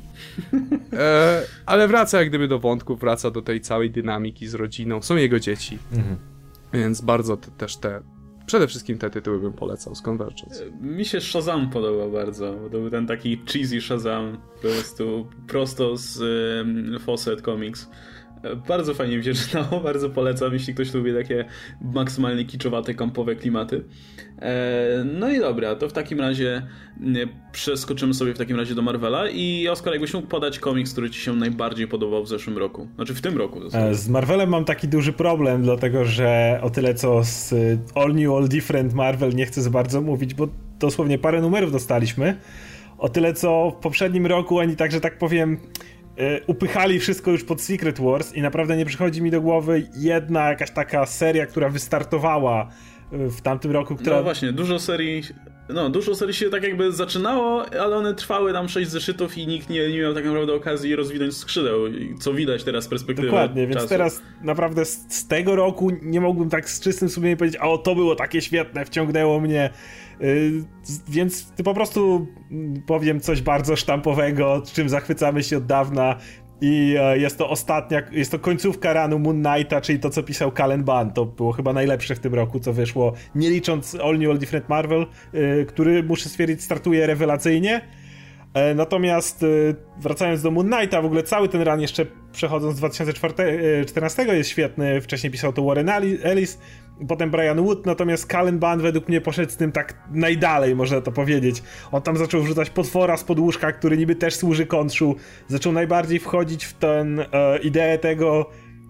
E, ale wraca jak gdyby do wątków, wraca do tej całej dynamiki z rodziną, są jego dzieci. Mhm. Więc bardzo te, też te, przede wszystkim te tytuły bym polecał z Convergence. Mi się Shazam podobał bardzo, bo to był ten taki cheesy Shazam, po prostu prosto z um, Fawcett Comics. Bardzo fajnie mi się czytało, bardzo polecam, jeśli ktoś lubi takie maksymalnie kiczowate, kampowe klimaty. No i dobra, to w takim razie przeskoczymy sobie w takim razie do Marvela i Oskar, jakbyś mógł podać komiks, który ci się najbardziej podobał w zeszłym roku? Znaczy w tym roku. Z Marvelem mam taki duży problem, dlatego że o tyle co z All New, All Different Marvel nie chcę za bardzo mówić, bo dosłownie parę numerów dostaliśmy. O tyle co w poprzednim roku oni także tak powiem upychali wszystko już pod Secret Wars i naprawdę nie przychodzi mi do głowy jedna jakaś taka seria, która wystartowała w tamtym roku, która... No właśnie, dużo serii, no dużo serii się tak jakby zaczynało, ale one trwały tam sześć zeszytów i nikt nie, nie miał tak naprawdę okazji rozwinąć skrzydeł, co widać teraz z perspektywy Dokładnie, czasu. Więc teraz naprawdę z, z tego roku nie mógłbym tak z czystym sumieniem powiedzieć, a o to było takie świetne, wciągnęło mnie. Yy, więc ty po prostu powiem coś bardzo sztampowego, czym zachwycamy się od dawna i yy, jest to ostatnia, jest to końcówka ranu Moon Knighta, czyli to co pisał Cullen Bunn. To było chyba najlepsze w tym roku, co wyszło, nie licząc All New, All Different Marvel, yy, który muszę stwierdzić startuje rewelacyjnie. Yy, natomiast yy, wracając do Moon Knighta, w ogóle cały ten run jeszcze przechodząc z dwa tysiące czternastego jest świetny, wcześniej pisał to Warren Ellis, potem Brian Wood, natomiast Cullen Bunn według mnie poszedł z tym tak najdalej, można to powiedzieć. On tam zaczął wrzucać potwora z podłóżka, który niby też służy Khonshu. Zaczął najbardziej wchodzić w tę e, ideę tego,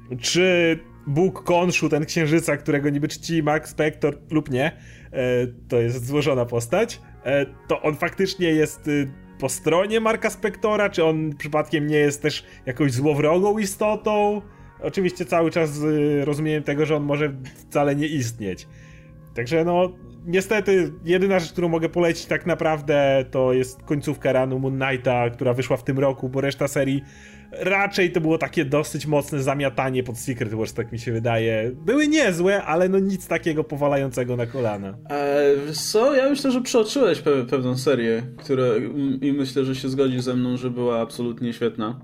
czy Bóg Khonshu, ten księżyca, którego niby czci Max Spector lub nie, e, to jest złożona postać, e, to on faktycznie jest e, po stronie Marka Spectora, czy on przypadkiem nie jest też jakąś złowrogą istotą? Oczywiście cały czas y, rozumiem tego, że on może wcale nie istnieć. Także no, niestety jedyna rzecz, którą mogę polecić tak naprawdę to jest końcówka runu Moon Knighta, która wyszła w tym roku, bo reszta serii raczej to było takie dosyć mocne zamiatanie pod Secret Wars, tak mi się wydaje. Były niezłe, ale no nic takiego powalającego na kolana. Eee, co? Ja myślę, że przeoczyłeś pe- pewną serię, która i myślę, że się zgodzisz ze mną, że była absolutnie świetna.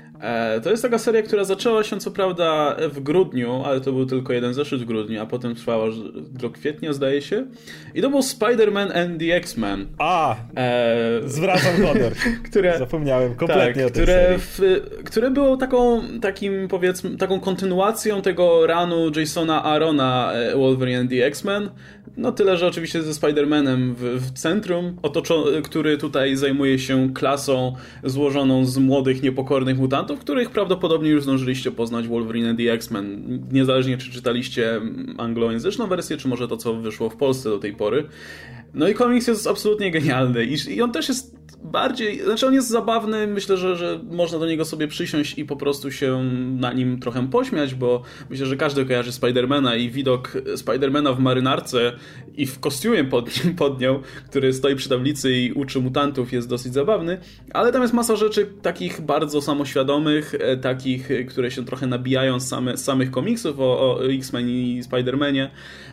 To jest taka seria, która zaczęła się co prawda w grudniu, ale to był tylko jeden zeszyt w grudniu, a potem trwała do kwietnia, zdaje się. I to był Spider-Man and the X-Men. A, e... zwracam honor. które, Zapomniałem kompletnie tak, o tej które, serii. W, które było taką, takim powiedzmy, taką kontynuacją tego runu Jasona Aarona Wolverine and the X-Men. No tyle, że oczywiście ze Spider-Manem w, w centrum, otoczo- który tutaj zajmuje się klasą złożoną z młodych, niepokornych mutantów, których prawdopodobnie już zdążyliście poznać Wolverine and the X-Men. Niezależnie czy czytaliście anglojęzyczną wersję, czy może to, co wyszło w Polsce do tej pory. No i komiks jest absolutnie genialny i, i on też jest bardziej, znaczy on jest zabawny, myślę, że, że można do niego sobie przysiąść i po prostu się na nim trochę pośmiać, bo myślę, że każdy kojarzy Spidermana i widok Spidermana w marynarce i w kostiumie pod, pod nią, który stoi przy tablicy i uczy mutantów, jest dosyć zabawny, ale tam jest masa rzeczy takich bardzo samoświadomych, takich, które się trochę nabijają z, same, z samych komiksów o, o X-Men i Spidermanie.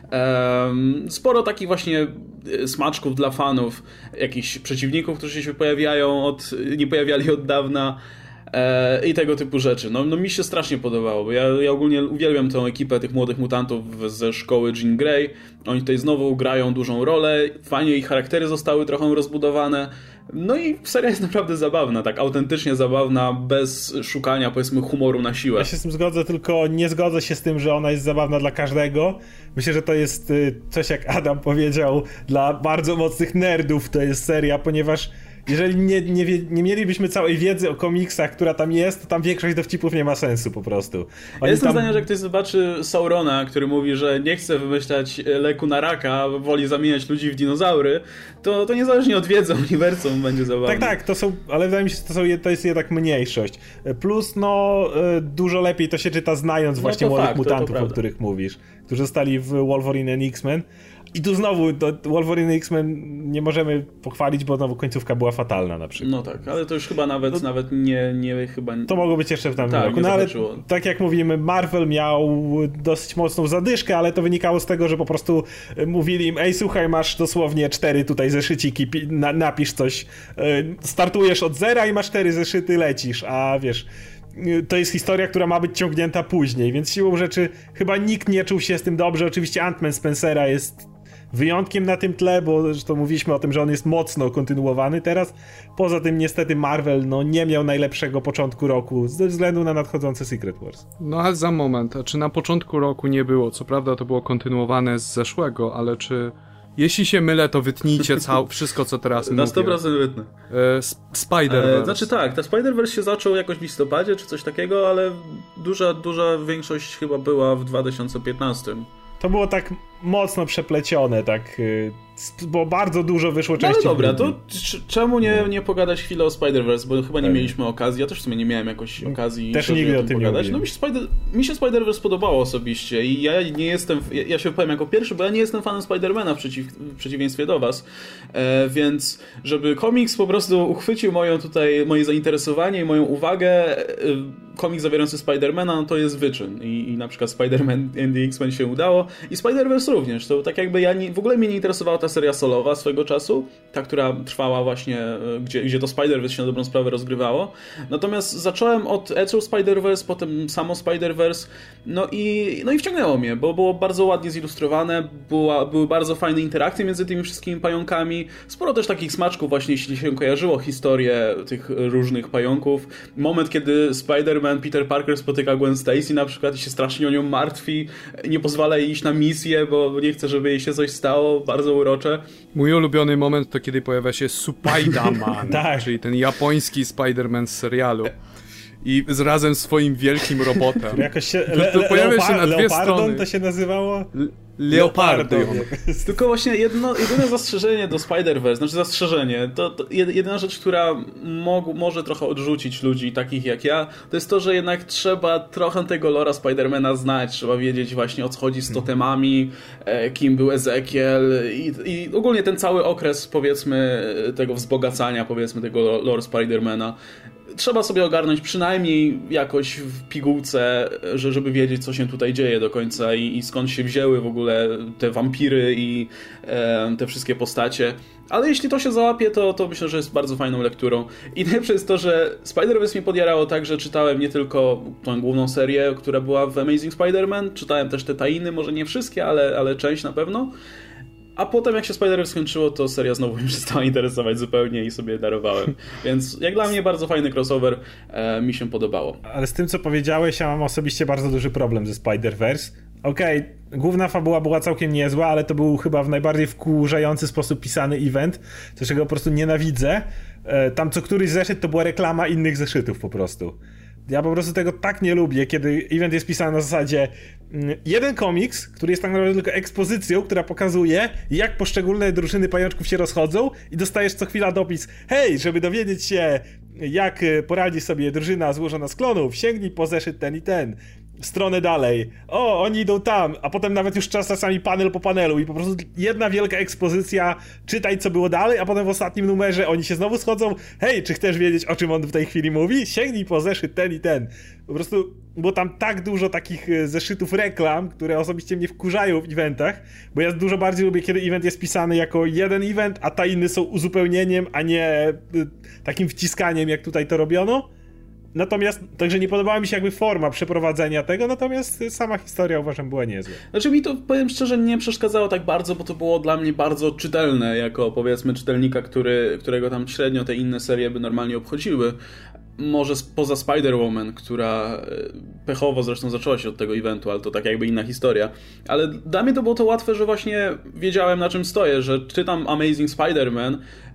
Um, sporo takich właśnie smaczków dla fanów, jakichś przeciwników, którzy się pojawiają od, nie pojawiali od dawna e, i tego typu rzeczy. No, no mi się strasznie podobało, bo ja, ja ogólnie uwielbiam tę ekipę tych młodych mutantów ze szkoły Jean Grey. Oni tutaj znowu grają dużą rolę, fajnie ich charaktery zostały trochę rozbudowane. No i seria jest naprawdę zabawna, tak autentycznie zabawna, bez szukania, powiedzmy, humoru na siłę. Ja się z tym zgodzę, tylko nie zgodzę się z tym, że ona jest zabawna dla każdego. Myślę, że to jest coś, jak Adam powiedział, dla bardzo mocnych nerdów to jest seria, ponieważ jeżeli nie, nie, nie mielibyśmy całej wiedzy o komiksach, która tam jest, to tam większość dowcipów nie ma sensu po prostu. Oni ja jestem tam... zdania, że ktoś zobaczy Saurona, który mówi, że nie chce wymyślać leku na raka, woli zamieniać ludzi w dinozaury, to, to niezależnie od wiedzy uniwersum będzie zabawne. Tak, tak, to są, ale wydaje mi się, że to, są, to jest jednak mniejszość. Plus, no, dużo lepiej to się czyta znając właśnie no młodych fakt, mutantów, to, to o których mówisz, którzy zostali w Wolverine and X-Men. I tu znowu do Wolverine X-Men nie możemy pochwalić, bo znowu końcówka była fatalna na przykład. No tak, ale to już chyba nawet, no, nawet nie, nie chyba... To mogło być jeszcze w tamtym tak, roku. No ale tak jak mówimy, Marvel miał dosyć mocną zadyszkę, ale to wynikało z tego, że po prostu mówili im, ej słuchaj, masz dosłownie cztery tutaj zeszyciki, na, napisz coś, startujesz od zera i masz cztery zeszyty, lecisz, a wiesz... To jest historia, która ma być ciągnięta później, więc siłą rzeczy chyba nikt nie czuł się z tym dobrze. Oczywiście Ant-Man Spencera jest wyjątkiem na tym tle, bo zresztą mówiliśmy o tym, że on jest mocno kontynuowany teraz. Poza tym niestety Marvel no, nie miał najlepszego początku roku ze względu na nadchodzące Secret Wars. No ale za moment, czy na początku roku nie było? Co prawda to było kontynuowane z zeszłego, ale czy... Jeśli się mylę, to wytnijcie cał, wszystko, co teraz mówię. Na sto procent wytnę. E, Spider-Verse. E, znaczy tak, ta Spider-Verse się zaczął jakoś w listopadzie, czy coś takiego, ale duża, duża większość chyba była w dwa tysiące piętnastym. To było tak mocno przeplecione, tak, bo bardzo dużo wyszło No części. ale dobra, to czemu nie, nie pogadać chwilę o Spider-Verse, bo chyba nie tak. mieliśmy okazji, ja też w sumie nie miałem jakoś okazji też nigdy o tym, tym pogadać. No mi się, Spider, mi się Spider-Verse podobało osobiście i ja nie jestem, ja, ja się powiem jako pierwszy, bo ja nie jestem fanem Spider-Mana w, przeciw, w przeciwieństwie do was, e, więc żeby komiks po prostu uchwycił moją tutaj, moje zainteresowanie i moją uwagę, e, komiks zawierający Spider-Mana, no to jest wyczyn I, i na przykład Spider-Man and the X-Men się udało i Spider-Verse również, to tak jakby ja nie, w ogóle mnie nie interesowała ta seria solowa swego czasu, ta, która trwała właśnie, gdzie, gdzie to Spider-Verse się na dobrą sprawę rozgrywało. Natomiast zacząłem od Edge'u Spider-Verse, potem samo Spider-Verse, no i, no i wciągnęło mnie, bo było bardzo ładnie zilustrowane, była, były bardzo fajne interakcje między tymi wszystkimi pająkami, sporo też takich smaczków właśnie, jeśli się kojarzyło historię tych różnych pająków. Moment, kiedy Spider-Man, Peter Parker spotyka Gwen Stacy na przykład i się strasznie o nią martwi, nie pozwala jej iść na misję, bo nie chce, żeby jej się coś stało, bardzo urocze. Mój ulubiony moment to kiedy pojawia się Spider-Man, tak. czyli ten japoński Spider-Man z serialu. I z razem swoim wielkim robotem. Jakoś się, le, le, pojawia leopar- się na dwie Leopardon strony. To się nazywało? Leopardon. Tylko właśnie jedno, jedyne zastrzeżenie do Spider-Verse, znaczy zastrzeżenie, to, to jedyna rzecz, która mo- może trochę odrzucić ludzi takich jak ja, to jest to, że jednak trzeba trochę tego lora Spidermana znać, trzeba wiedzieć właśnie o co chodzi z totemami, e, kim był Ezekiel i, i ogólnie ten cały okres, powiedzmy, tego wzbogacania, powiedzmy, tego lore Spidermana. Trzeba sobie ogarnąć przynajmniej jakoś w pigułce, że, żeby wiedzieć, co się tutaj dzieje do końca i, i skąd się wzięły w ogóle te wampiry i e, te wszystkie postacie. Ale jeśli to się załapie, to, to myślę, że jest bardzo fajną lekturą. I najlepsze jest to, że Spider-Verse mnie podjarało tak, że czytałem nie tylko tą główną serię, która była w Amazing Spider-Man, czytałem też te tajny, może nie wszystkie, ale, ale część na pewno. A potem jak się Spider-Verse skończyło, to seria znowu mnie przestała interesować zupełnie i sobie darowałem. Więc jak dla mnie bardzo fajny crossover, e, mi się podobało. Ale z tym, co powiedziałeś, ja mam osobiście bardzo duży problem ze Spider-Verse. Okej, okay, główna fabuła była całkiem niezła, ale to był chyba w najbardziej wkurzający sposób pisany event, coś czego po prostu nienawidzę. E, tam co któryś zeszyt to była reklama innych zeszytów po prostu. Ja po prostu tego tak nie lubię, kiedy event jest pisany na zasadzie jeden komiks, który jest tak naprawdę tylko ekspozycją, która pokazuje, jak poszczególne drużyny pajączków się rozchodzą i dostajesz co chwila dopis: hej, żeby dowiedzieć się, jak poradzi sobie drużyna złożona z klonów, sięgnij po zeszyt ten i ten. Stronę dalej. O, oni idą tam, a potem nawet już czasami panel po panelu i po prostu jedna wielka ekspozycja, czytaj co było dalej, a potem w ostatnim numerze oni się znowu schodzą. Hej, czy chcesz wiedzieć, o czym on w tej chwili mówi? Sięgnij po zeszyt ten i ten. Po prostu było tam tak dużo takich zeszytów reklam, które osobiście mnie wkurzają w eventach, bo ja dużo bardziej lubię, kiedy event jest pisany jako jeden event, a ta inny są uzupełnieniem, a nie takim wciskaniem, jak tutaj to robiono. Natomiast, także nie podobała mi się jakby forma przeprowadzenia tego, natomiast sama historia uważam była niezła. Znaczy mi to, powiem szczerze, nie przeszkadzało tak bardzo, bo to było dla mnie bardzo czytelne, jako powiedzmy czytelnika, który, którego tam średnio te inne serie by normalnie obchodziły. Może poza Spider-Woman, która pechowo zresztą zaczęła się od tego eventu, ale to tak jakby inna historia. Ale dla mnie to było to łatwe, że właśnie wiedziałem, na czym stoję, że czytam Amazing Spider-Man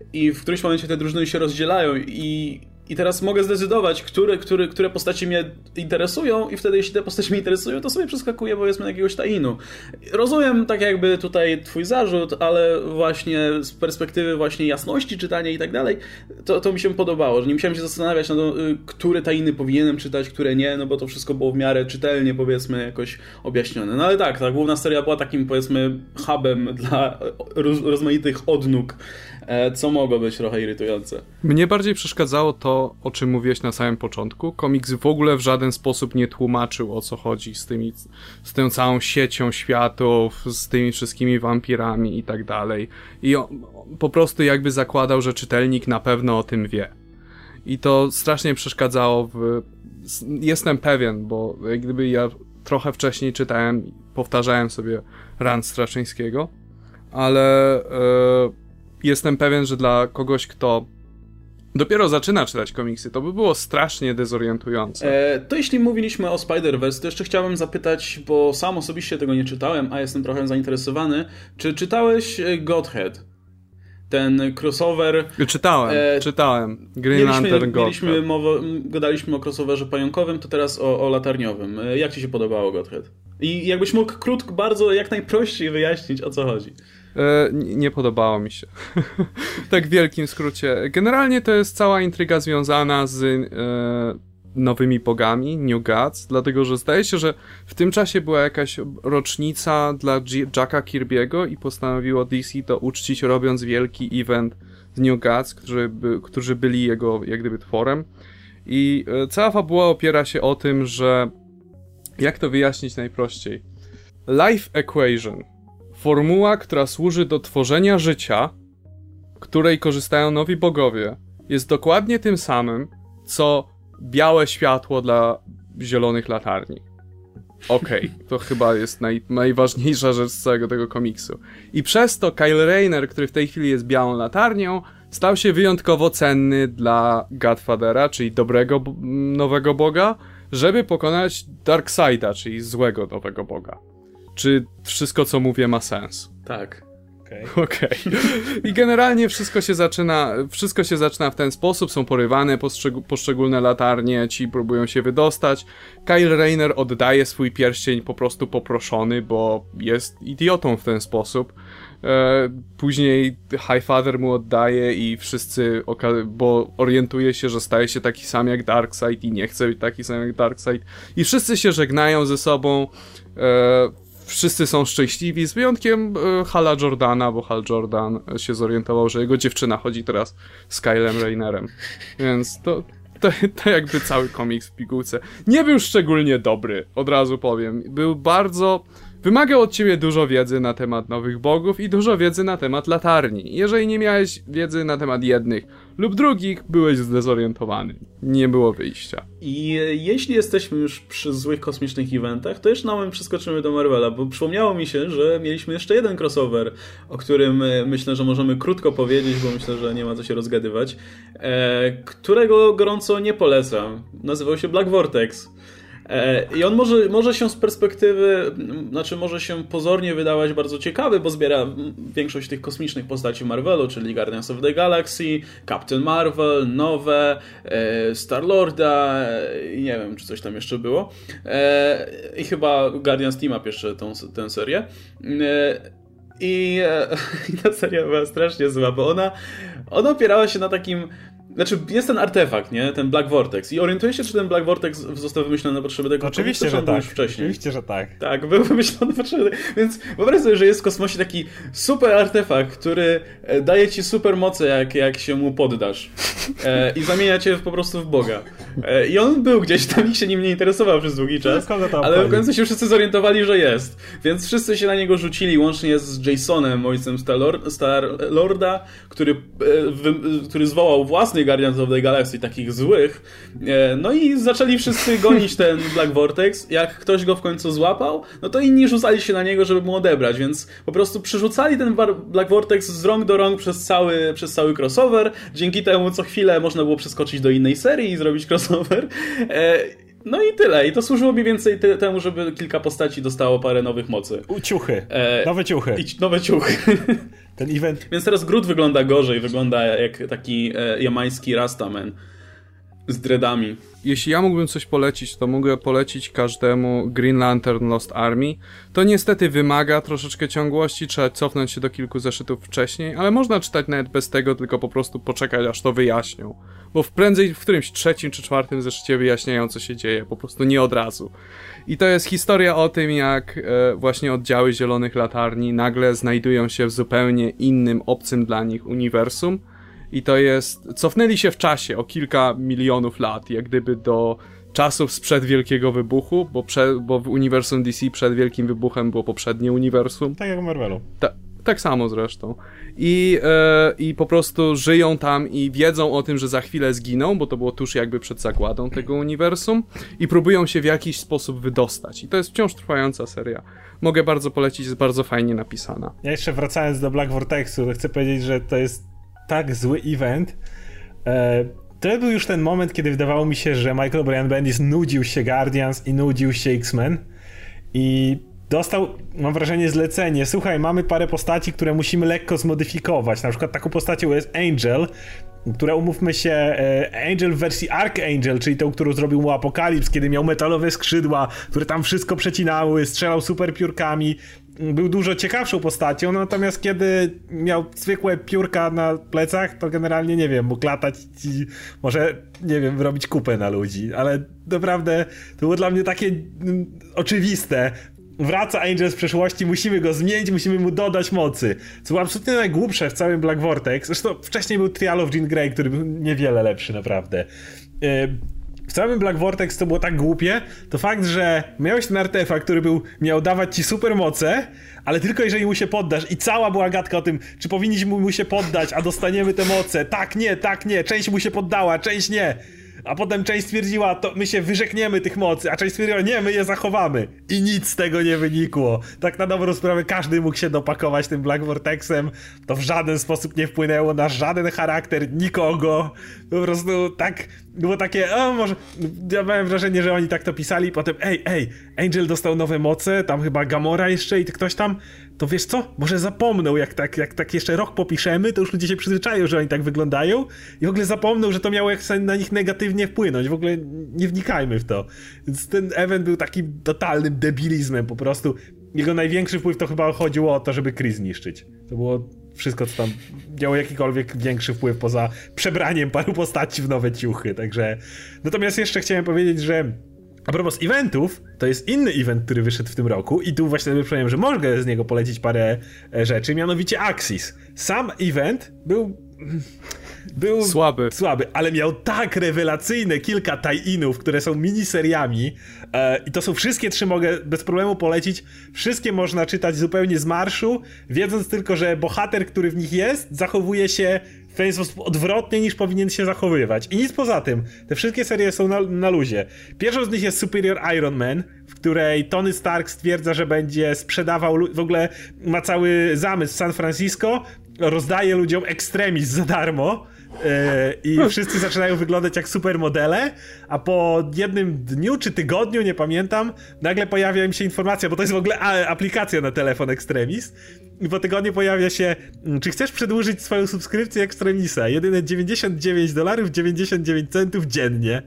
i w którymś momencie te drużyny się rozdzielają i I teraz mogę zdecydować, które, które, które postacie mnie interesują i wtedy jeśli te postacie mnie interesują, to sobie przeskakuję powiedzmy na jakiegoś tainu. Rozumiem tak jakby tutaj twój zarzut, ale właśnie z perspektywy właśnie jasności czytania i tak dalej, to, to mi się podobało, że nie musiałem się zastanawiać na to, które tainy powinienem czytać, które nie, no bo to wszystko było w miarę czytelnie powiedzmy jakoś objaśnione. No ale tak, ta główna seria była takim powiedzmy hubem dla roz, rozmaitych odnóg, co mogło być trochę irytujące. Mnie bardziej przeszkadzało to, o czym mówiłeś na samym początku. Komiks w ogóle w żaden sposób nie tłumaczył, o co chodzi z tymi, z tą całą siecią światów, z tymi wszystkimi wampirami i tak dalej. I on po prostu jakby zakładał, że czytelnik na pewno o tym wie. I to strasznie przeszkadzało w... Jestem pewien, bo jak gdyby ja trochę wcześniej czytałem, powtarzałem sobie run Straczyńskiego, ale... Yy... Jestem pewien, że dla kogoś, kto dopiero zaczyna czytać komiksy, to by było strasznie dezorientujące. E, to jeśli mówiliśmy o Spider-Verse, to jeszcze chciałem zapytać, bo sam osobiście tego nie czytałem, a jestem trochę zainteresowany. Czy czytałeś Godhead? Ten crossover... Czytałem, e, czytałem. Green mieliśmy, Lantern Godhead. Mieliśmy mowę, gadaliśmy o crossoverze pająkowym, to teraz o, o latarniowym. Jak ci się podobało Godhead? I jakbyś mógł krótko, bardzo, jak najprościej wyjaśnić, o co chodzi. E, nie podobało mi się. Tak w wielkim skrócie. Generalnie to jest cała intryga związana z e, nowymi bogami, New Gods, dlatego że zdaje się, że w tym czasie była jakaś rocznica dla G- Jacka Kirby'ego i postanowiło D C to uczcić, robiąc wielki event z New Gods, którzy, by, którzy byli jego jak gdyby tworem. I e, cała fabuła opiera się o tym, że jak to wyjaśnić najprościej? Life Equation. Formuła, która służy do tworzenia życia, której korzystają nowi bogowie, jest dokładnie tym samym, co białe światło dla zielonych latarni. Okej, okay, to chyba jest naj, najważniejsza rzecz z całego tego komiksu. I przez to Kyle Rayner, który w tej chwili jest białą latarnią, stał się wyjątkowo cenny dla Godfathera, czyli dobrego nowego boga, żeby pokonać Darkseida, czyli złego nowego boga. Czy wszystko, co mówię, ma sens? Tak. Okej. Okay. Okay. I generalnie wszystko się zaczyna, wszystko się zaczyna w ten sposób, są porywane poszczeg- poszczególne latarnie, ci próbują się wydostać. Kyle Rayner oddaje swój pierścień po prostu poproszony, bo jest idiotą w ten sposób. E, później Highfather mu oddaje i wszyscy, oka- bo orientuje się, że staje się taki sam jak Darkseid i nie chce być taki sam jak Darkseid. I wszyscy się żegnają ze sobą. E, Wszyscy są szczęśliwi, z wyjątkiem e, Hala Jordana, bo Hal Jordan się zorientował, że jego dziewczyna chodzi teraz z Kylem Raynerem. Więc to, to, to jakby cały komiks w pigułce. Nie był szczególnie dobry, od razu powiem. Był bardzo... Wymagał od ciebie dużo wiedzy na temat nowych bogów i dużo wiedzy na temat latarni. Jeżeli nie miałeś wiedzy na temat jednych lub drugich, byłeś zdezorientowany. Nie było wyjścia. I jeśli jesteśmy już przy złych kosmicznych eventach, to jeszcze na moment przeskoczymy do Marvela, bo przypomniało mi się, że mieliśmy jeszcze jeden crossover, o którym myślę, że możemy krótko powiedzieć, bo myślę, że nie ma co się rozgadywać, e, którego gorąco nie polecam. Nazywał się Black Vortex. I on może, może się z perspektywy, znaczy może się pozornie wydawać bardzo ciekawy, bo zbiera większość tych kosmicznych postaci Marvelu, czyli Guardians of the Galaxy, Captain Marvel, nowe, Star-Lorda i nie wiem, czy coś tam jeszcze było. I chyba Guardians Team Up jeszcze tą, tę serię. I, I ta seria była strasznie zła, bo ona, ona opierała się na takim... Znaczy, jest ten artefakt, nie? Ten Black Vortex. I orientuję się, czy ten Black Vortex został wymyślony na potrzeby tego Oczywiście, komiksu, że tak. Już wcześniej. Oczywiście, że tak. Tak, był wymyślony na potrzeby. Więc wyobraź sobie, że jest w kosmosie taki super artefakt, który daje ci super moce, jak, jak się mu poddasz. E, I zamienia cię po prostu w Boga. E, I on był gdzieś tam, nikt się nim nie interesował przez długi czas, ale w końcu się wszyscy zorientowali, że jest. Więc wszyscy się na niego rzucili, łącznie z Jasonem, ojcem Star-Lorda, który, który zwołał własny Guardians of the Galaxy, takich złych. No i zaczęli wszyscy gonić ten Black Vortex. Jak ktoś go w końcu złapał, no to inni rzucali się na niego, żeby mu odebrać, więc po prostu przerzucali ten Black Vortex z rąk do rąk przez cały, przez cały crossover. Dzięki temu co chwilę można było przeskoczyć do innej serii i zrobić crossover. No i tyle. I to służyło mniej więcej ty- temu, żeby kilka postaci dostało parę nowych mocy. U, ciuchy. E... Nowe ciuchy. I nowe ciuchy. Ten event... Więc teraz Groot wygląda gorzej. Wygląda jak taki e, jamański Rastaman z dreadami. Jeśli ja mógłbym coś polecić, to mogę polecić każdemu Green Lantern Lost Army. To niestety wymaga troszeczkę ciągłości, trzeba cofnąć się do kilku zeszytów wcześniej, ale można czytać nawet bez tego, tylko po prostu poczekać, aż to wyjaśnią. Bo w prędzej w którymś trzecim czy czwartym zeszycie wyjaśniają, co się dzieje, po prostu nie od razu. I to jest historia o tym, jak e, właśnie oddziały Zielonych Latarni nagle znajdują się w zupełnie innym, obcym dla nich uniwersum. I to jest... Cofnęli się w czasie o kilka milionów lat, jak gdyby do czasów sprzed Wielkiego Wybuchu, bo, prze, bo w uniwersum D C przed Wielkim Wybuchem było poprzednie uniwersum. Tak jak w Marvelu. Ta, tak samo zresztą. I, e, I po prostu żyją tam i wiedzą o tym, że za chwilę zginą, bo to było tuż jakby przed zagładą tego uniwersum i próbują się w jakiś sposób wydostać. I to jest wciąż trwająca seria. Mogę bardzo polecić, jest bardzo fajnie napisana. Ja jeszcze wracając do Black Vortexu, to chcę powiedzieć, że to jest tak zły event. E, to był już ten moment, kiedy wydawało mi się, że Michael Brian Bendis nudził się Guardians i nudził się X-Men i dostał, mam wrażenie, zlecenie. Słuchaj, mamy parę postaci, które musimy lekko zmodyfikować. Na przykład taką postacią jest Angel, która, umówmy się, Angel w wersji Archangel, czyli tą, którą zrobił mu Apokalips, kiedy miał metalowe skrzydła, które tam wszystko przecinały, strzelał super piórkami. Był dużo ciekawszą postacią, natomiast kiedy miał zwykłe piórka na plecach, to generalnie, nie wiem, mógł latać i może, nie wiem, robić kupę na ludzi, ale naprawdę to było dla mnie takie mm, oczywiste. Wraca Angel z przeszłości, musimy go zmienić, musimy mu dodać mocy. Co było absolutnie najgłupsze w całym Black Vortex. Zresztą wcześniej był Trial of Jean Grey, który był niewiele lepszy naprawdę. Yy, w całym Black Vortex to było tak głupie, to fakt, że miałeś ten artefakt, który był, miał dawać ci supermoce, ale tylko jeżeli mu się poddasz i cała była gadka o tym, czy powinniśmy mu się poddać, a dostaniemy te moce. Tak, nie, tak, nie. Część mu się poddała, część nie. A potem część stwierdziła, to my się wyrzekniemy tych mocy, a część stwierdziła, nie, my je zachowamy. I nic z tego nie wynikło. Tak na dobrą sprawę każdy mógł się dopakować tym Black Vortexem. To w żaden sposób nie wpłynęło na żaden charakter nikogo. Po prostu tak, było takie, o może... Ja miałem wrażenie, że oni tak to pisali i potem, ej, ej, Angel dostał nowe moce, tam chyba Gamora jeszcze i ktoś tam... To wiesz co? Może zapomną, jak tak, jak tak jeszcze rok popiszemy, to już ludzie się przyzwyczają, że oni tak wyglądają i w ogóle zapomną, że to miało jak na nich negatywnie wpłynąć. W ogóle nie wnikajmy w to. Więc ten event był takim totalnym debilizmem po prostu. Jego największy wpływ to chyba chodziło o to, żeby Kree zniszczyć. To było wszystko, co tam miało jakikolwiek większy wpływ poza przebraniem paru postaci w nowe ciuchy. Także... Natomiast jeszcze chciałem powiedzieć, że a propos eventów, to jest inny event, który wyszedł w tym roku i tu właśnie sobie przypomniałem, że mogę z niego polecić parę rzeczy, mianowicie Axis. Sam event był... Był słaby. słaby, ale miał tak rewelacyjne kilka tie-inów, które są miniseriami e, i to są wszystkie trzy, mogę bez problemu polecić. Wszystkie można czytać zupełnie z marszu, wiedząc tylko, że bohater, który w nich jest, zachowuje się w pewien sposób odwrotnie niż powinien się zachowywać. I nic poza tym. Te wszystkie serie są na, na luzie. Pierwszą z nich jest Superior Iron Man, w której Tony Stark stwierdza, że będzie sprzedawał, w ogóle ma cały zamysł w San Francisco, rozdaje ludziom ekstremizm za darmo yy, i wszyscy zaczynają wyglądać jak supermodele, a po jednym dniu czy tygodniu, nie pamiętam, nagle pojawia im się informacja, bo to jest w ogóle aplikacja na telefon Extremis i po tygodniu pojawia się, czy chcesz przedłużyć swoją subskrypcję Extremisa? Jedyne dziewięćdziesiąt dziewięć dolarów dziewięćdziesiąt dziewięć centów dziennie.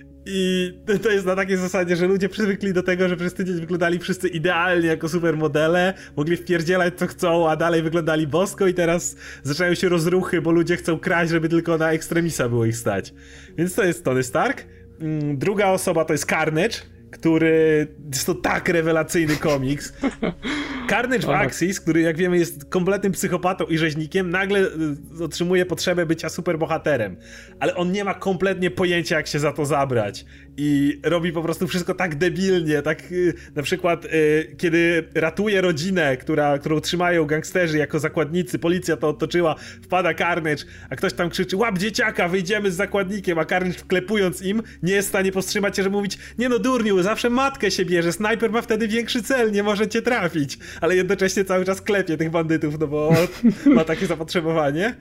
I to jest na takiej zasadzie, że ludzie przywykli do tego, że przez tydzień wyglądali wszyscy idealnie jako supermodele, mogli wpierdzielać co chcą, a dalej wyglądali bosko i teraz zaczynają się rozruchy, bo ludzie chcą kraść, żeby tylko na Extremisa było ich stać. Więc to jest Tony Stark. Druga osoba to jest Carnage, który jest to tak rewelacyjny komiks. Carnage w Axis, który jak wiemy jest kompletnym psychopatą i rzeźnikiem, nagle otrzymuje potrzebę bycia superbohaterem. Ale on nie ma kompletnie pojęcia, jak się za to zabrać. I robi po prostu wszystko tak debilnie, tak na przykład kiedy ratuje rodzinę, która, którą trzymają gangsterzy jako zakładnicy, policja to otoczyła, wpada Carnage, a ktoś tam krzyczy, łap dzieciaka, wyjdziemy z zakładnikiem, a Carnage wklepując im nie jest w stanie powstrzymać się, żeby mówić, nie no durniu, zawsze matkę się bierze, snajper ma wtedy większy cel, nie może cię trafić, ale jednocześnie cały czas klepie tych bandytów, no bo ma takie zapotrzebowanie.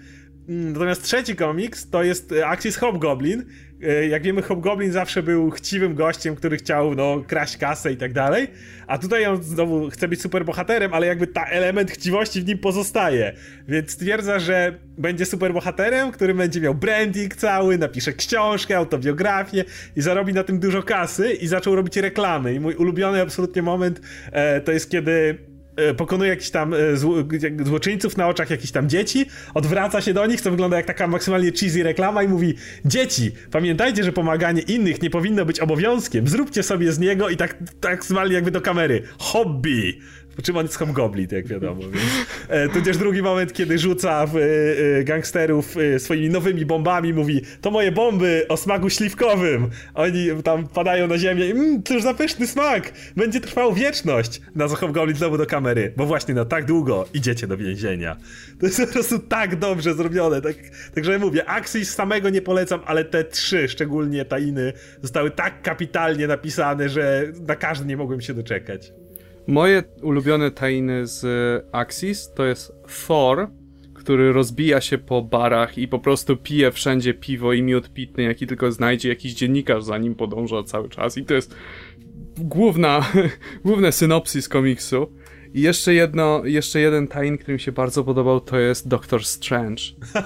Natomiast trzeci komiks to jest Axis Hobgoblin. Jak wiemy, Hobgoblin zawsze był chciwym gościem, który chciał, no, kraść kasę i tak dalej. A tutaj on znowu chce być superbohaterem, ale jakby ta element chciwości w nim pozostaje. Więc stwierdza, że będzie superbohaterem, który będzie miał branding cały, napisze książkę, autobiografię i zarobi na tym dużo kasy i zaczął robić reklamy. I mój ulubiony absolutnie moment e, to jest, kiedy pokonuje jakichś tam zło, złoczyńców na oczach jakichś tam dzieci, odwraca się do nich, co wygląda jak taka maksymalnie cheesy reklama i mówi: dzieci, pamiętajcie, że pomaganie innych nie powinno być obowiązkiem, zróbcie sobie z niego i tak, tak zwali jakby do kamery: hobby. Po czym on jest Hobgoblin, jak wiadomo. Więc, e, tudzież drugi moment, kiedy rzuca w, e, gangsterów e, swoimi nowymi bombami, mówi: to moje bomby o smaku śliwkowym. Oni tam padają na ziemię i mmm, cóż za pyszny smak, będzie trwał wieczność. Na co Hobgoblin znowu do kamery: bo właśnie na tak długo idziecie do więzienia. To jest po prostu tak dobrze zrobione. Tak, także mówię, Axis samego nie polecam, ale te trzy, szczególnie Tainy, zostały tak kapitalnie napisane, że na każdy nie mogłem się doczekać. Moje ulubione tainy z Axis to jest Thor, który rozbija się po barach i po prostu pije wszędzie piwo i miód pitny, jaki tylko znajdzie, jakiś dziennikarz za nim podąża cały czas. I to jest główna, główne synopsis komiksu. I jeszcze jedno, jeszcze jeden tie-in, który mi się bardzo podobał, to jest Doctor Strange.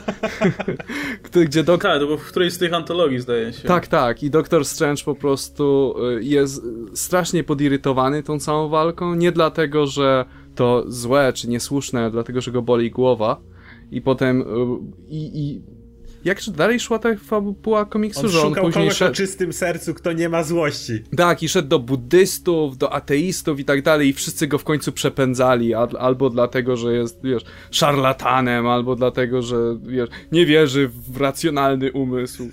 Gdzie dok- tak, to był w którejś z tych antologii, zdaje się. Tak, tak. I Doctor Strange po prostu jest strasznie podirytowany tą całą walką. Nie dlatego, że to złe czy niesłuszne, ale dlatego, że go boli głowa. I potem i, i jak dalej szła ta fabuła komiksu, on że on szukał później kogoś szedł... o czystym sercu, kto nie ma złości. Tak, i szedł do buddystów, do ateistów i tak dalej i wszyscy go w końcu przepędzali, al- albo dlatego, że jest, wiesz, szarlatanem, albo dlatego, że, wiesz, nie wierzy w racjonalny umysł.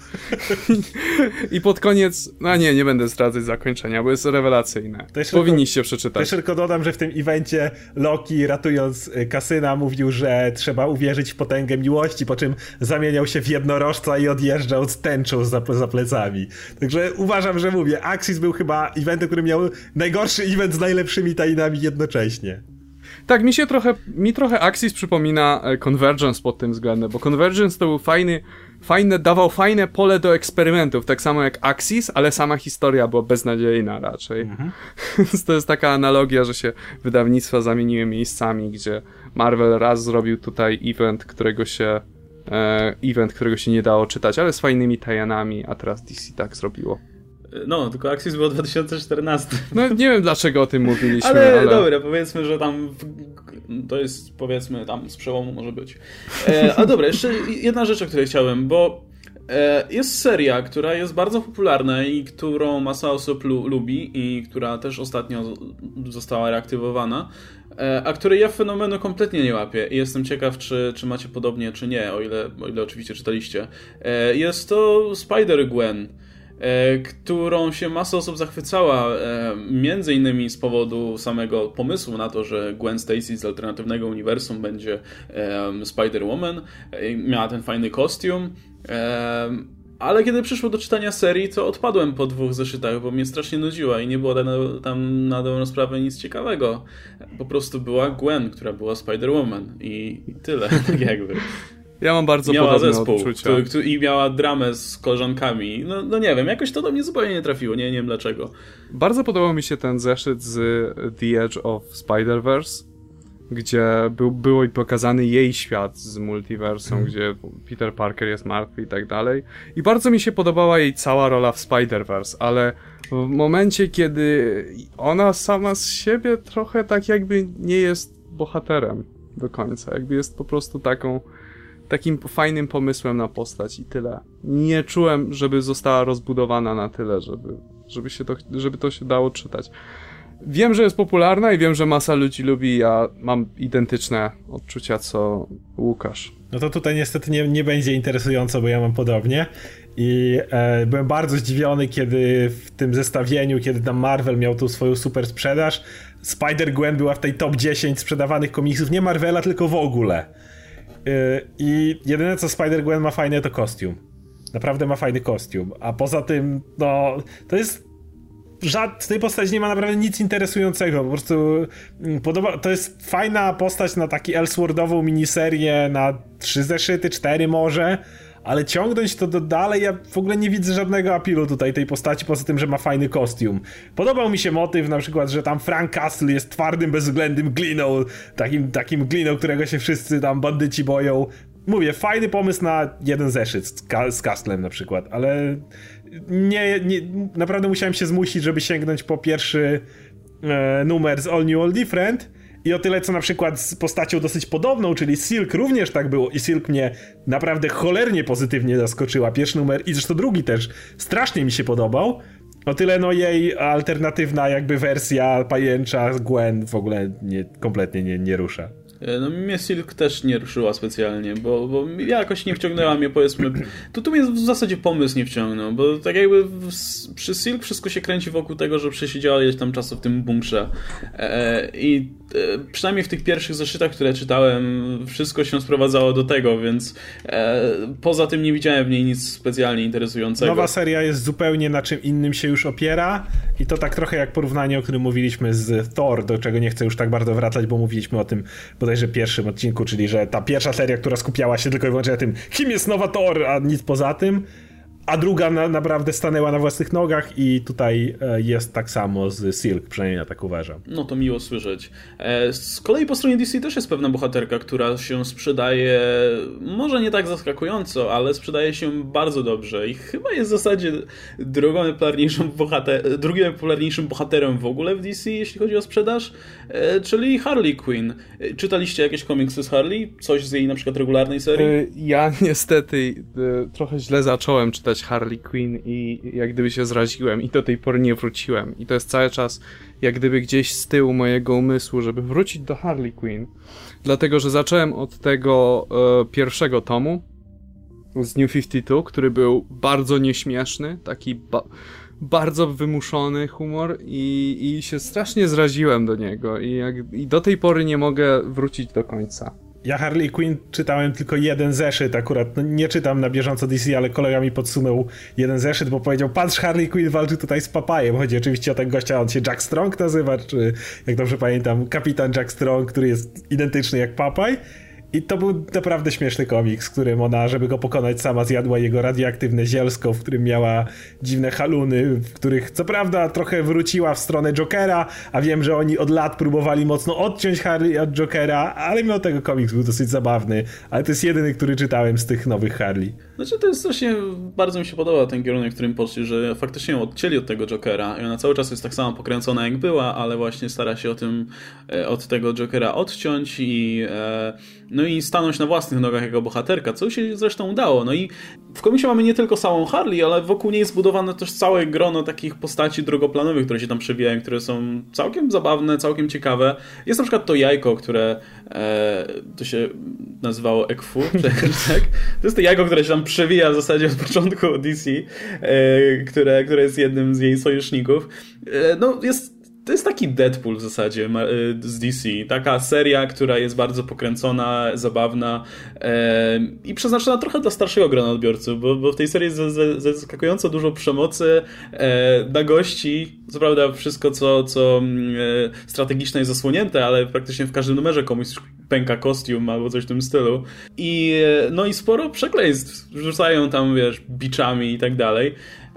I pod koniec, no nie, nie będę zdradzać zakończenia, bo jest rewelacyjne. Powinniście tylko przeczytać. Też tylko dodam, że w tym evencie Loki, ratując kasyna, mówił, że trzeba uwierzyć w potęgę miłości, po czym zamieniał się w jednorożca i odjeżdżał z tęczą za, za plecami. Także uważam, że mówię, Axis był chyba eventem, który miał najgorszy event z najlepszymi tainami jednocześnie. Tak, mi się trochę, mi trochę Axis przypomina Convergence pod tym względem, bo Convergence to był fajny, fajne, dawał fajne pole do eksperymentów, tak samo jak Axis, ale sama historia była beznadziejna raczej. Mhm. To jest taka analogia, że się wydawnictwa zamieniły miejscami, gdzie Marvel raz zrobił tutaj event, którego się event, którego się nie dało czytać, ale z fajnymi tajanami, a teraz D C tak zrobiło. No, tylko Axis było dwa tysiące czternasty. No nie wiem, dlaczego o tym mówiliśmy, ale... ale... dobra, powiedzmy, że tam w... to jest, powiedzmy, tam z przełomu może być. E, a dobra, jeszcze jedna rzecz, o której chciałem, bo e, jest seria, która jest bardzo popularna i którą masa osób lu- lubi i która też ostatnio została reaktywowana, a której ja fenomenu kompletnie nie łapię i jestem ciekaw, czy, czy macie podobnie, czy nie, o ile, o ile oczywiście czytaliście. Jest to Spider-Gwen, którą się masa osób zachwycała, między innymi z powodu samego pomysłu na to, że Gwen Stacy z alternatywnego uniwersum będzie Spider-Woman. Miała ten fajny kostium. Ale kiedy przyszło do czytania serii, to odpadłem po dwóch zeszytach, bo mnie strasznie nudziła i nie było tam na dobrą sprawę nic ciekawego. Po prostu była Gwen, która była Spider-Woman i, i tyle, tak jakby. Ja mam bardzo miała podobne zespół, odczucia. Który, który, i miała dramę z koleżankami. No, no nie wiem, jakoś to do mnie zupełnie nie trafiło, nie, nie wiem dlaczego. Bardzo podobał mi się ten zeszyt z The Edge of Spider-Verse, gdzie był, było pokazany jej świat z multiversum, mm. gdzie Peter Parker jest martwy i tak dalej. I bardzo mi się podobała jej cała rola w Spider-Verse, ale w momencie, kiedy ona sama z siebie trochę tak jakby nie jest bohaterem do końca. Jakby jest po prostu taką takim fajnym pomysłem na postać i tyle. Nie czułem, żeby została rozbudowana na tyle, żeby, żeby, się to, żeby to się dało czytać. Wiem, że jest popularna i wiem, że masa ludzi lubi, ja mam identyczne odczucia co Łukasz. No to tutaj niestety nie, nie będzie interesująco, bo ja mam podobnie i e, byłem bardzo zdziwiony, kiedy w tym zestawieniu, kiedy tam Marvel miał tu swoją super sprzedaż, Spider-Gwen była w tej top dziesięć sprzedawanych komiksów, nie Marvela, tylko w ogóle. E, I jedyne co Spider-Gwen ma fajne to kostium. Naprawdę ma fajny kostium, a poza tym, no, to jest żad... w tej postaci nie ma naprawdę nic interesującego, po prostu podoba... to jest fajna postać na taki Elseworldową miniserię na trzy zeszyty, cztery może, ale ciągnąć to do dalej, ja w ogóle nie widzę żadnego apilu tutaj tej postaci, poza tym, że ma fajny kostium. Podobał mi się motyw na przykład, że tam Frank Castle jest twardym, bezwzględnym gliną, takim, takim gliną, którego się wszyscy tam bandyci boją. Mówię, fajny pomysł na jeden zeszyt z, Ka- z Castlem na przykład, ale nie, nie, naprawdę musiałem się zmusić, żeby sięgnąć po pierwszy e, numer z All New, All Different. I o tyle, co na przykład z postacią dosyć podobną, czyli Silk również tak było i Silk mnie naprawdę cholernie pozytywnie zaskoczyła. Pierwszy numer i zresztą drugi też strasznie mi się podobał. O tyle no jej alternatywna jakby wersja pajęcza Gwen w ogóle nie, kompletnie nie, nie rusza. No mnie Silk też nie ruszyła specjalnie, bo, bo jakoś nie wciągnęła mnie, powiedzmy, tu, tu mnie w zasadzie pomysł nie wciągnął, bo tak jakby w, przy Silk wszystko się kręci wokół tego, że przesiedziała ileś tam czasu w tym bunkrze e, i e, przynajmniej w tych pierwszych zeszytach, które czytałem, wszystko się sprowadzało do tego, więc e, poza tym nie widziałem w niej nic specjalnie interesującego. Nowa seria jest zupełnie na czym innym się już opiera i to tak trochę jak porównanie, o którym mówiliśmy z Thor, do czego nie chcę już tak bardzo wracać, bo mówiliśmy o tym bodajże pierwszym odcinku, czyli że ta pierwsza seria, która skupiała się tylko i wyłącznie na tym, kim jest nowa Thor, a nic poza tym, a druga na, naprawdę stanęła na własnych nogach i tutaj e, jest tak samo z Silk, przynajmniej ja tak uważam. No to miło słyszeć. E, z kolei po stronie D C też jest pewna bohaterka, która się sprzedaje, może nie tak zaskakująco, ale sprzedaje się bardzo dobrze i chyba jest w zasadzie drugą najpopularniejszą bohater, drugim najpopularniejszym bohaterem w ogóle w D C, jeśli chodzi o sprzedaż, e, czyli Harley Quinn. E, czytaliście jakieś komiksy z Harley? Coś z jej na przykład regularnej serii? Ja niestety trochę źle zacząłem czytać Harley Quinn i jak gdyby się zraziłem i do tej pory nie wróciłem. I to jest cały czas jak gdyby gdzieś z tyłu mojego umysłu, żeby wrócić do Harley Quinn. Dlatego, że zacząłem od tego e, pierwszego tomu z New pięćdziesiąt dwa, który był bardzo nieśmieszny, taki ba- bardzo wymuszony humor i, i się strasznie zraziłem do niego i, jak, i do tej pory nie mogę wrócić do końca. Ja Harley Quinn czytałem tylko jeden zeszyt akurat, no nie czytam na bieżąco D C, ale kolega mi podsunął jeden zeszyt, bo powiedział, patrz, Harley Quinn walczy tutaj z Papajem. Chodzi oczywiście o tego gościa, on się Jack Strong nazywa, czy jak dobrze pamiętam, kapitan Jack Strong, który jest identyczny jak Papaj. I to był naprawdę śmieszny komiks, w którym ona, żeby go pokonać, sama zjadła jego radioaktywne zielsko, w którym miała dziwne haluny, w których co prawda trochę wróciła w stronę Jokera, a wiem, że oni od lat próbowali mocno odciąć Harley od Jokera, ale mimo tego komiks był dosyć zabawny, ale to jest jedyny, który czytałem z tych nowych Harley. Znaczy to jest właśnie, bardzo mi się podoba ten kierunek, w którym poszli, że faktycznie ją odcięli od tego Jokera i ona cały czas jest tak samo pokręcona jak była, ale właśnie stara się o tym, od tego Jokera odciąć i no i stanąć na własnych nogach jako bohaterka, co się zresztą udało. No i w komiksie mamy nie tylko samą Harley, ale wokół niej jest zbudowane też całe grono takich postaci drugoplanowych, które się tam przewijają, które są całkiem zabawne, całkiem ciekawe. Jest na przykład to jajko, które e, to się nazywało Ekfu, tak? To jest to jajko, które się tam przewija w zasadzie od początku D C, e, które, które jest jednym z jej sojuszników. E, no jest To jest taki Deadpool w zasadzie z D C. Taka seria, która jest bardzo pokręcona, zabawna e, i przeznaczona trochę dla starszego grona odbiorców, bo, bo w tej serii jest zaskakująco dużo przemocy, e, nagości. Co prawda wszystko, co, co e, strategiczne jest zasłonięte, ale praktycznie w każdym numerze komuś pęka kostium albo coś w tym stylu. I, e, no i sporo przekleństw. Rzucają tam, wiesz, biczami i tak dalej.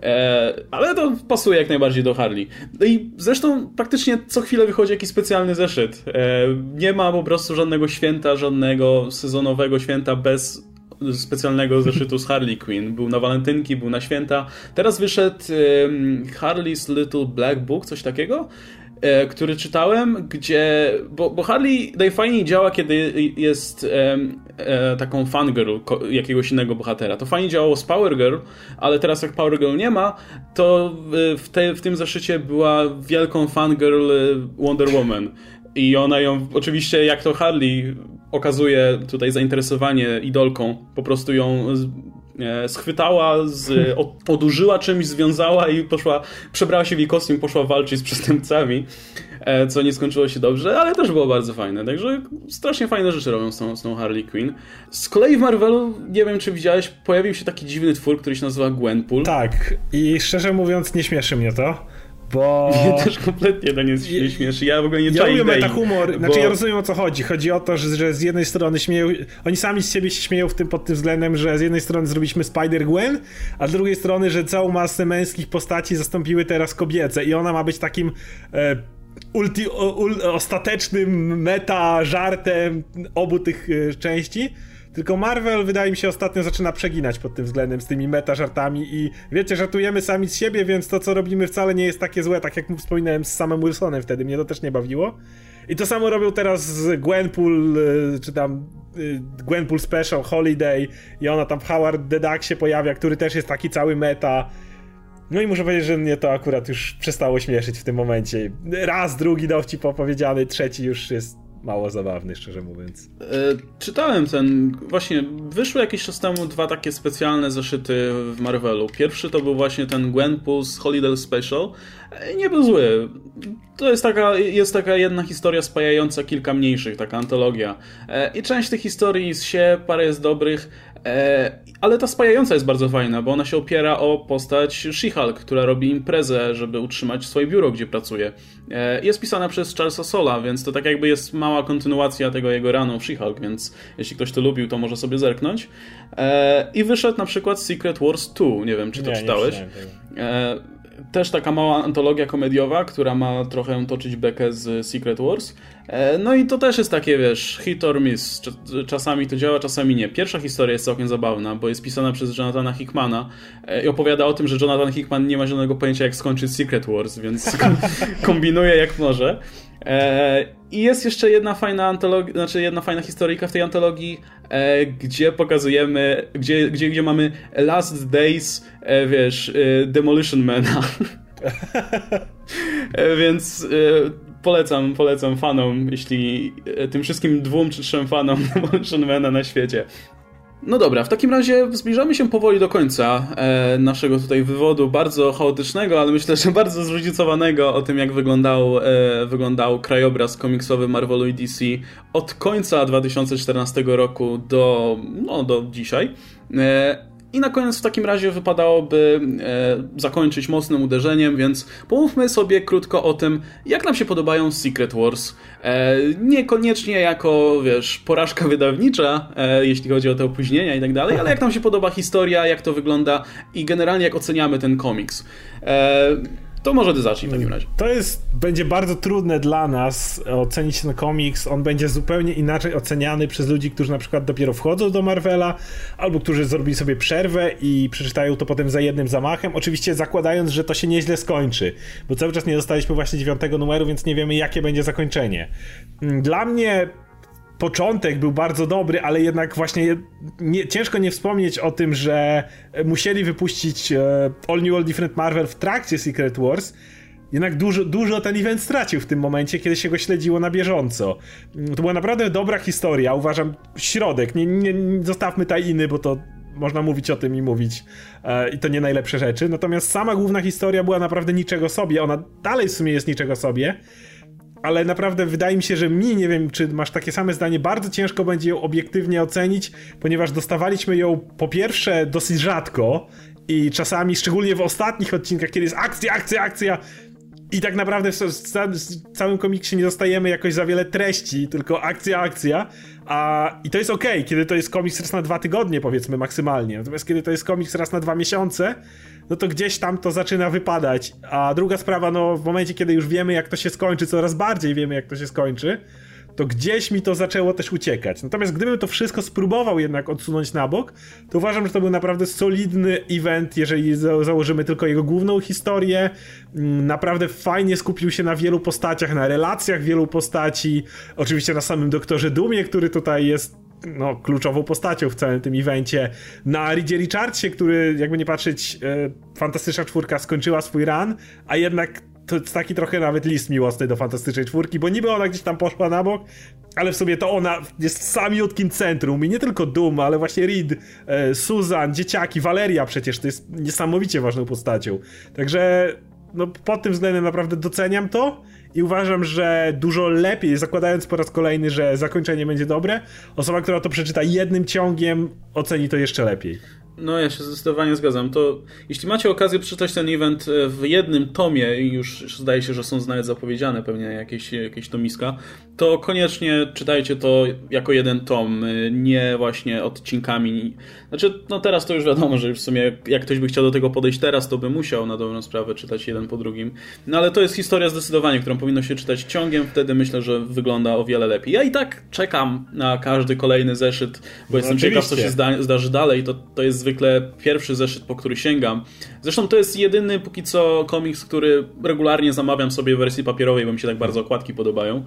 E, ale to pasuje jak najbardziej do Harley. No i zresztą praktycznie co chwilę wychodzi jakiś specjalny zeszyt. E, nie ma po prostu żadnego święta, żadnego sezonowego święta bez specjalnego zeszytu z Harley Quinn. Był na walentynki, był na święta. Teraz wyszedł e, Harley's Little Black Book, coś takiego, e, który czytałem, gdzie... Bo, bo Harley najfajniej działa, kiedy jest e, e, taką fangirl jakiegoś innego bohatera. To fajnie działało z Power Girl, ale teraz jak Power Girl nie ma, to w, te, w tym zeszycie była wielką fangirl Wonder Woman. I ona ją, oczywiście jak to Harley okazuje tutaj zainteresowanie idolką, po prostu ją e, schwytała, z, od, odurzyła czymś, związała i poszła, przebrała się w jej kostium, poszła walczyć z przestępcami, e, co nie skończyło się dobrze, ale też było bardzo fajne, także strasznie fajne rzeczy robią z tą, z tą Harley Quinn. Z kolei w Marvelu, nie wiem czy widziałeś, pojawił się taki dziwny twór, który się nazywa Gwenpool. Tak, i szczerze mówiąc nie śmieszy mnie to, Bo... Mnie też kompletnie to nie, nie śmieszy. Ja w ogóle nie Ja czaję lubię idei, metahumor, bo... znaczy ja rozumiem, o co chodzi. Chodzi o to, że, że z jednej strony śmieją, oni sami z siebie się śmieją w tym, pod tym względem, że z jednej strony zrobiliśmy Spider-Gwen, a z drugiej strony, że całą masę męskich postaci zastąpiły teraz kobiece i ona ma być takim e, ulti, ul, ostatecznym meta-żartem obu tych e, części. Tylko Marvel, wydaje mi się, ostatnio zaczyna przeginać pod tym względem z tymi meta-żartami i wiecie, żartujemy sami z siebie, więc to, co robimy, wcale nie jest takie złe, tak jak wspominałem z samym Wilsonem wtedy, mnie to też nie bawiło. I to samo robią teraz z Gwenpool, czy tam Gwenpool Special Holiday i ona tam w Howard the Duck się pojawia, który też jest taki cały meta. No i muszę powiedzieć, że mnie to akurat już przestało śmieszyć w tym momencie. Raz, drugi dowcip opowiedziany, trzeci już jest mało zabawny, szczerze mówiąc. E, czytałem ten, właśnie wyszły jakiś czas temu dwa takie specjalne zeszyty w Marvelu. Pierwszy to był właśnie ten Gwenpool's Holiday Special. E, nie był zły. To jest taka, jest taka jedna historia spajająca kilka mniejszych, taka antologia. E, I część tych historii z się, parę jest dobrych, e, ale ta spajająca jest bardzo fajna, bo ona się opiera o postać She-Hulk, która robi imprezę, żeby utrzymać swoje biuro, gdzie pracuje. E, jest pisana przez Charlesa Sola, więc to tak jakby jest mała kontynuacja tego jego ranu w She-Hulk, więc jeśli ktoś to lubił, to może sobie zerknąć. E, I wyszedł na przykład Secret Wars dwa, nie wiem, czy to nie, czytałeś. Nie e, Też taka mała antologia komediowa, która ma trochę toczyć bekę z Secret Wars. E, no i to też jest takie, wiesz, hit or miss. Czasami to działa, czasami nie. Pierwsza historia jest całkiem zabawna, bo jest pisana przez Jonathana Hickmana e, i opowiada o tym, że Jonathan Hickman nie ma żadnego pojęcia, jak skończyć Secret Wars, więc kombinuje jak może. E, I jest jeszcze jedna fajna antologia, znaczy jedna fajna historyjka w tej antologii, e, gdzie pokazujemy, gdzie, gdzie, gdzie mamy Last Days, e, wiesz, e, Demolition Mana. e, więc e, polecam, polecam fanom, jeśli e, tym wszystkim dwóm czy trzem fanom Demolition Mana na świecie. No dobra, w takim razie zbliżamy się powoli do końca e, naszego tutaj wywodu, bardzo chaotycznego, ale myślę, że bardzo zróżnicowanego o tym, jak wyglądał, e, wyglądał krajobraz komiksowy Marvelu i D C od końca dwa tysiące czternastego roku do, no, do dzisiaj. E, I na koniec w takim razie wypadałoby e, zakończyć mocnym uderzeniem, więc pomówmy sobie krótko o tym, jak nam się podobają Secret Wars. E, niekoniecznie jako, wiesz, porażka wydawnicza, e, jeśli chodzi o te opóźnienia i tak dalej, ale jak nam się podoba historia, jak to wygląda i generalnie jak oceniamy ten komiks. E, To może ty zacznij w takim razie. To jest, będzie bardzo trudne dla nas ocenić ten komiks. On będzie zupełnie inaczej oceniany przez ludzi, którzy na przykład dopiero wchodzą do Marvela, albo którzy zrobili sobie przerwę i przeczytają to potem za jednym zamachem. Oczywiście zakładając, że to się nieźle skończy, bo cały czas nie dostaliśmy właśnie dziewiątego numeru, więc nie wiemy, jakie będzie zakończenie. Dla mnie początek był bardzo dobry, ale jednak właśnie nie, ciężko nie wspomnieć o tym, że musieli wypuścić e, All New, All Different Marvel w trakcie Secret Wars. Jednak dużo, dużo ten event stracił w tym momencie, kiedy się go śledziło na bieżąco. To była naprawdę dobra historia, uważam, środek. Nie, nie, nie zostawmy tie-iny, bo to można mówić o tym i mówić e, i to nie najlepsze rzeczy. Natomiast sama główna historia była naprawdę niczego sobie. Ona dalej w sumie jest niczego sobie. Ale naprawdę wydaje mi się, że mi, nie wiem, czy masz takie same zdanie, bardzo ciężko będzie ją obiektywnie ocenić, ponieważ dostawaliśmy ją po pierwsze dosyć rzadko i czasami, szczególnie w ostatnich odcinkach, kiedy jest akcja, akcja, akcja i tak naprawdę w, w, w całym komiksie nie dostajemy jakoś za wiele treści, tylko akcja, akcja, a i to jest okej, okay, kiedy to jest komiks raz na dwa tygodnie, powiedzmy, maksymalnie, natomiast kiedy to jest komiks raz na dwa miesiące, no to gdzieś tam to zaczyna wypadać. A druga sprawa, no w momencie, kiedy już wiemy, jak to się skończy, coraz bardziej wiemy, jak to się skończy, to gdzieś mi to zaczęło też uciekać. Natomiast gdybym to wszystko spróbował jednak odsunąć na bok, to uważam, że to był naprawdę solidny event, jeżeli za- założymy tylko jego główną historię. Naprawdę fajnie skupił się na wielu postaciach, na relacjach wielu postaci. Oczywiście na samym Doktorze Doomie, który tutaj jest no, kluczową postacią w całym tym evencie. Na Reedzie Richardsie, który, jakby nie patrzeć, e, Fantastyczna Czwórka skończyła swój run, a jednak to jest taki trochę nawet list miłosny do Fantastycznej Czwórki, bo niby ona gdzieś tam poszła na bok, ale w sobie to ona jest w samiutkim centrum i nie tylko Doom, ale właśnie Reed, e, Susan, dzieciaki, Valeria przecież to jest niesamowicie ważną postacią. Także no, pod tym względem naprawdę doceniam to i uważam, że dużo lepiej, zakładając po raz kolejny, że zakończenie będzie dobre, osoba, która to przeczyta jednym ciągiem, oceni to jeszcze lepiej. No ja się zdecydowanie zgadzam. To jeśli macie okazję przeczytać ten event w jednym tomie i już zdaje się, że są nawet zapowiedziane pewnie jakieś, jakieś tomiska, to koniecznie czytajcie to jako jeden tom, nie właśnie odcinkami. Znaczy, no teraz to już wiadomo, że w sumie jak ktoś by chciał do tego podejść teraz, to by musiał na dobrą sprawę czytać jeden po drugim. No ale to jest historia zdecydowanie, którą powinno się czytać ciągiem, wtedy myślę, że wygląda o wiele lepiej. Ja i tak czekam na każdy kolejny zeszyt, bo no jestem oczywiście. ciekaw, co się zda- zdarzy dalej. To, to jest zwykle pierwszy zeszyt, po który sięgam. Zresztą to jest jedyny póki co komiks, który regularnie zamawiam sobie w wersji papierowej, bo mi się tak bardzo okładki podobają.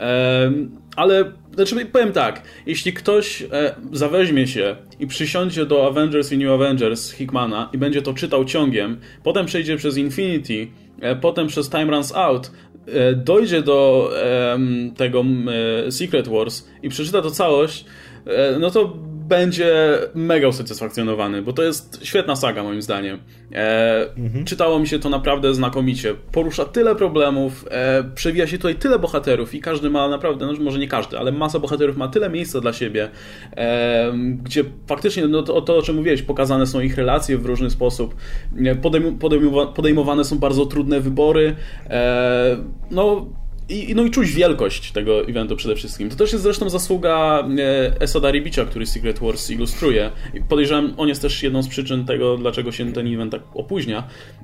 Ehm, ale znaczy powiem tak, jeśli ktoś e, zaweźmie się i przysiądzie do Avengers i New Avengers Hickmana i będzie to czytał ciągiem, potem przejdzie przez Infinity, e, potem przez Time Runs Out, e, dojdzie do e, tego e, Secret Wars i przeczyta to całość, e, no to będzie mega usatysfakcjonowany, bo to jest świetna saga moim zdaniem. E, mhm. Czytało mi się to naprawdę znakomicie. Porusza tyle problemów, e, przewija się tutaj tyle bohaterów i każdy ma naprawdę, no może nie każdy, ale masa bohaterów ma tyle miejsca dla siebie, e, gdzie faktycznie no to, to, o czym mówiłeś, pokazane są ich relacje w różny sposób, podejm- podejm- podejmowane są bardzo trudne wybory, e, no I, no i czuć wielkość tego eventu przede wszystkim. To też jest zresztą zasługa e, Esada Ribicia, który Secret Wars ilustruje. I podejrzewam, on jest też jedną z przyczyn tego, dlaczego się ten event tak opóźnia.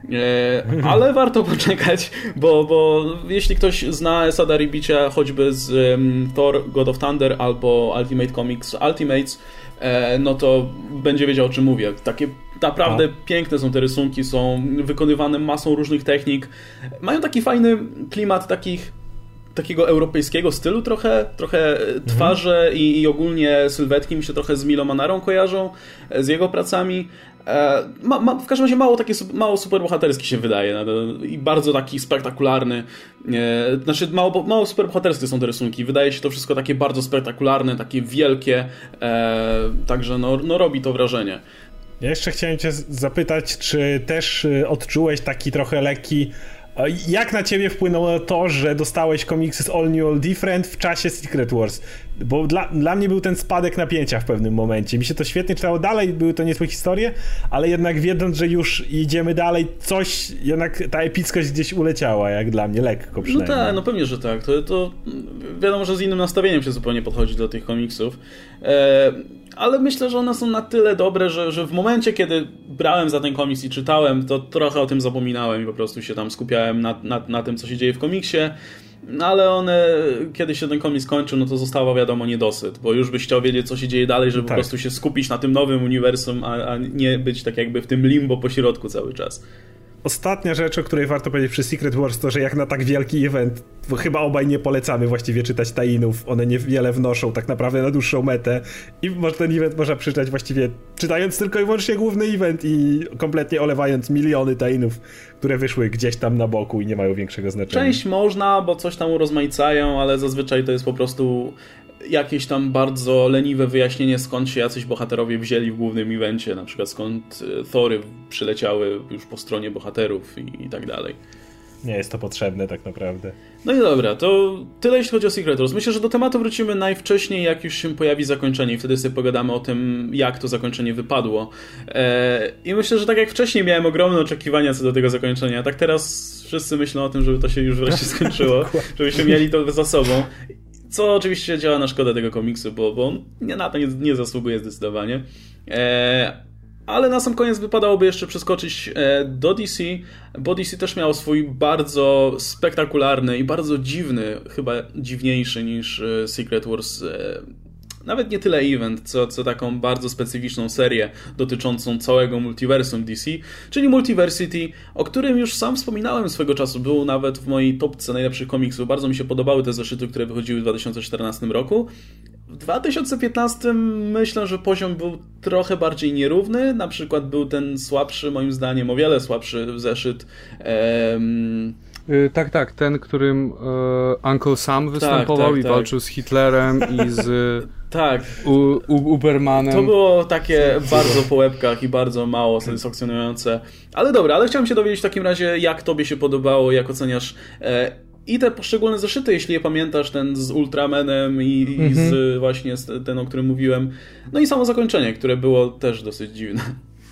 E, ale warto poczekać, bo, bo jeśli ktoś zna Esada Ribicia choćby z um, Thor, God of Thunder albo Ultimate Comics Ultimates, e, no to będzie wiedział, o czym mówię. Takie naprawdę A. piękne są te rysunki, są wykonywane masą różnych technik. Mają taki fajny klimat takich takiego europejskiego stylu trochę, trochę twarze mhm. i, i ogólnie sylwetki mi się trochę z Milo Manarą kojarzą, z jego pracami. E, ma, ma, w każdym razie mało, takie, mało superbohaterski się wydaje i bardzo taki spektakularny. E, znaczy mało, mało superbohaterskie są te rysunki. Wydaje się to wszystko takie bardzo spektakularne, takie wielkie. E, także no, no robi to wrażenie. Ja jeszcze chciałem cię zapytać, czy też odczułeś taki trochę lekki. Jak na ciebie wpłynęło to, że dostałeś komiksy z All New, All Different w czasie Secret Wars? Bo dla, dla mnie był ten spadek napięcia w pewnym momencie. Mi się to świetnie czytało dalej, były to niezłe historie, ale jednak wiedząc, że już idziemy dalej, coś, jednak ta epickość gdzieś uleciała, jak dla mnie, lekko przynajmniej. No tak, no pewnie, że tak. To, to wiadomo, że z innym nastawieniem się zupełnie podchodzi do tych komiksów. E, ale myślę, że one są na tyle dobre, że, że w momencie, kiedy brałem za ten komiks i czytałem, to trochę o tym zapominałem i po prostu się tam skupiałem na, na, na tym, co się dzieje w komiksie. No ale one, kiedy się ten komiks kończył, no to zostało wiadomo niedosyt, bo już byś chciał wiedzieć, co się dzieje dalej, żeby tak. po prostu się skupić na tym nowym uniwersum, a, a nie być tak jakby w tym limbo po środku cały czas. Ostatnia rzecz, o której warto powiedzieć przy Secret Wars, to, że jak na tak wielki event, bo chyba obaj nie polecamy właściwie czytać tie-inów, one niewiele wnoszą tak naprawdę na dłuższą metę i może ten event można przeczytać właściwie czytając tylko i wyłącznie główny event i kompletnie olewając miliony tie-inów, które wyszły gdzieś tam na boku i nie mają większego znaczenia. Część można, bo coś tam urozmaicają, ale zazwyczaj to jest po prostu jakieś tam bardzo leniwe wyjaśnienie, skąd się jacyś bohaterowie wzięli w głównym evencie, na przykład skąd Thory przyleciały już po stronie bohaterów i, i tak dalej. Nie jest to potrzebne tak naprawdę. No i dobra, to tyle jeśli chodzi o Secret Wars. Myślę, że do tematu wrócimy najwcześniej, jak już się pojawi zakończenie i wtedy sobie pogadamy o tym, jak to zakończenie wypadło. Eee, I myślę, że tak jak wcześniej miałem ogromne oczekiwania co do tego zakończenia, tak teraz wszyscy myślą o tym, żeby to się już wreszcie skończyło, żebyśmy mieli to za sobą. Co oczywiście działa na szkodę tego komiksu, bo, bo on nie, na to nie, nie zasługuje zdecydowanie. Eee, ale na sam koniec wypadałoby jeszcze przeskoczyć e, do D C, bo D C też miał swój bardzo spektakularny i bardzo dziwny, chyba dziwniejszy niż e, Secret Wars, e, nawet nie tyle event, co, co taką bardzo specyficzną serię dotyczącą całego multiversum D C, czyli Multiversity, o którym już sam wspominałem swego czasu, był nawet w mojej topce najlepszych komiksów. Bardzo mi się podobały te zeszyty, które wychodziły w dwa tysiące czternastym roku. W dwa tysiące piętnastym myślę, że poziom był trochę bardziej nierówny, na przykład był ten słabszy, moim zdaniem o wiele słabszy zeszyt. Ehm... Yy, tak, tak, ten, którym yy, Uncle Sam występował tak, tak, i tak. walczył z Hitlerem i z tak. U, U, Ubermanem. To było takie bardzo po łebkach i bardzo mało satysfakcjonujące. Ale dobra, ale chciałem się dowiedzieć w takim razie, jak tobie się podobało, jak oceniasz e, i te poszczególne zeszyty, jeśli je pamiętasz, ten z Ultramanem i, i mm-hmm. z właśnie z ten, o którym mówiłem. No i samo zakończenie, które było też dosyć dziwne.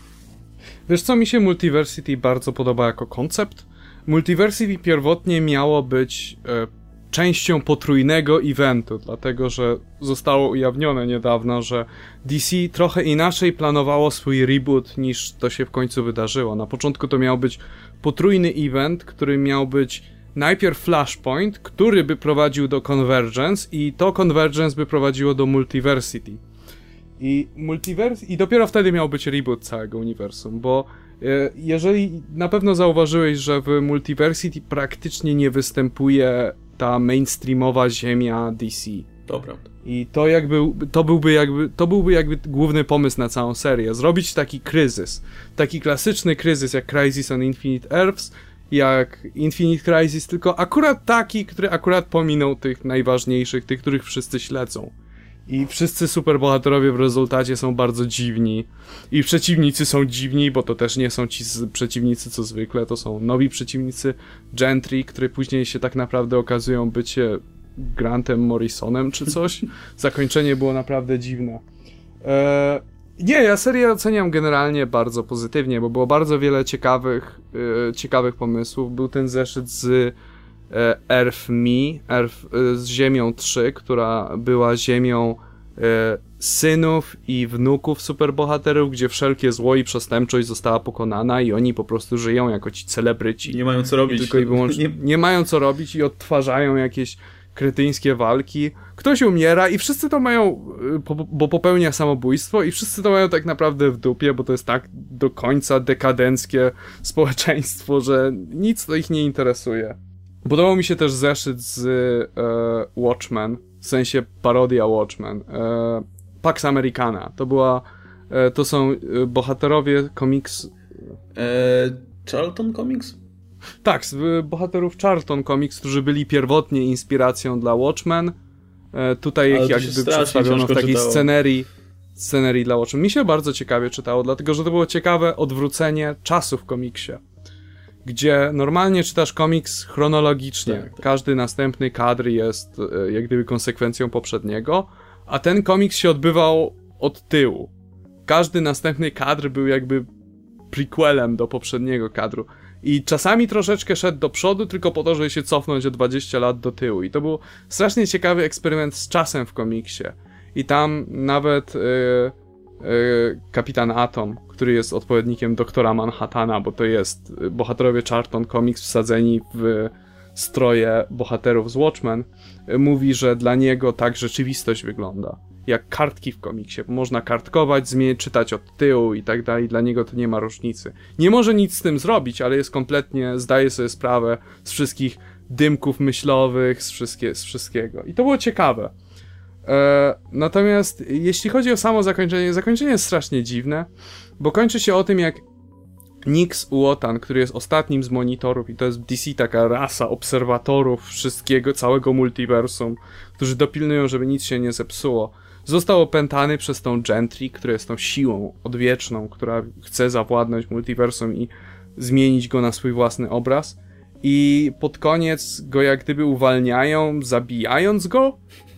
Wiesz co, mi się Multiversity bardzo podoba jako koncept. Multiversity pierwotnie miało być e, częścią potrójnego eventu, dlatego że zostało ujawnione niedawno, że D C trochę inaczej planowało swój reboot niż to się w końcu wydarzyło. Na początku to miał być potrójny event, który miał być najpierw Flashpoint, który by prowadził do Convergence i to Convergence by prowadziło do Multiversity. I, multivers- I dopiero wtedy miał być reboot całego uniwersum, bo e, jeżeli na pewno zauważyłeś, że w Multiversity praktycznie nie występuje ta mainstreamowa ziemia D C. To prawda. I to jakby, to byłby jakby, to byłby jakby główny pomysł na całą serię. Zrobić taki kryzys. Taki klasyczny kryzys jak Crisis on Infinite Earths, jak Infinite Crisis, tylko akurat taki, który akurat pominął tych najważniejszych, tych, których wszyscy śledzą. I wszyscy superbohaterowie w rezultacie są bardzo dziwni. I przeciwnicy są dziwni, bo to też nie są ci z- przeciwnicy co zwykle, to są nowi przeciwnicy Gentry, które później się tak naprawdę okazują bycie Grantem Morrisonem czy coś. Zakończenie było naprawdę dziwne. Eee, nie, ja serię oceniam generalnie bardzo pozytywnie, bo było bardzo wiele ciekawych, e, ciekawych pomysłów. Był ten zeszyt z Earth Me, Earth, z Ziemią trzy, która była ziemią e, synów i wnuków superbohaterów, gdzie wszelkie zło i przestępczość została pokonana i oni po prostu żyją jako ci celebryci. Nie mają co robić. Tylko i wyłącznie, nie... nie mają co robić i odtwarzają jakieś kretyńskie walki. Ktoś umiera i wszyscy to mają, bo popełnia samobójstwo i wszyscy to mają tak naprawdę w dupie, bo to jest tak do końca dekadenckie społeczeństwo, że nic to ich nie interesuje. Podobał mi się też zeszyt z e, Watchmen, w sensie parodia Watchmen, e, Pax Americana. To była, e, to są bohaterowie komiks... E, Charlton Comics? Tak, z bohaterów Charlton Comics, którzy byli pierwotnie inspiracją dla Watchmen. E, tutaj ich jakby przedstawiono w takiej scenerii, scenerii dla Watchmen. Mi się bardzo ciekawie czytało, dlatego że to było ciekawe odwrócenie czasu w komiksie. Gdzie normalnie czytasz komiks chronologicznie. Tak, tak. Każdy następny kadr jest e, jak gdyby konsekwencją poprzedniego, a ten komiks się odbywał od tyłu. Każdy następny kadr był jakby prequelem do poprzedniego kadru. I czasami troszeczkę szedł do przodu, tylko po to, żeby się cofnąć o dwadzieścia lat do tyłu. I to był strasznie ciekawy eksperyment z czasem w komiksie. I tam nawet... E, Kapitan Atom, który jest odpowiednikiem doktora Manhattana, bo to jest bohaterowie Charlton Comics wsadzeni w stroje bohaterów z Watchmen, mówi, że dla niego tak rzeczywistość wygląda. Jak kartki w komiksie. Można kartkować, zmienić, czytać od tyłu i tak dalej. Dla niego to nie ma różnicy. Nie może nic z tym zrobić, ale jest kompletnie, zdaje sobie sprawę z wszystkich dymków myślowych, z, wszystkie, z wszystkiego. I to było ciekawe. E, natomiast jeśli chodzi o samo zakończenie, zakończenie jest strasznie dziwne, bo kończy się o tym, jak Nix Uotan, który jest ostatnim z monitorów i to jest w D C taka rasa obserwatorów wszystkiego, całego multiversum, którzy dopilnują, żeby nic się nie zepsuło, został opętany przez tą Gentry, która jest tą siłą odwieczną, która chce zawładnąć multiversum i zmienić go na swój własny obraz, i pod koniec go jak gdyby uwalniają, zabijając go.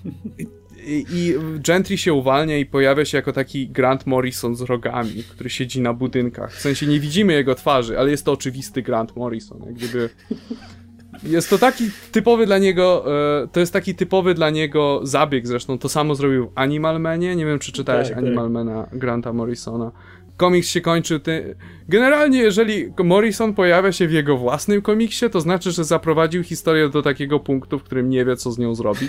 I, I Gentry się uwalnia i pojawia się jako taki Grant Morrison z rogami, który siedzi na budynkach. W sensie nie widzimy jego twarzy, ale jest to oczywisty Grant Morrison. Jak gdyby... Jest to taki typowy dla niego, e, to jest taki typowy dla niego zabieg, zresztą to samo zrobił w Animal Manie. Nie wiem, czy czytałeś tak, Animal tak. Mana Granta Morrisona. Komiks się kończył ty... Generalnie, jeżeli Morrison pojawia się w jego własnym komiksie, to znaczy, że zaprowadził historię do takiego punktu, w którym nie wie, co z nią zrobić.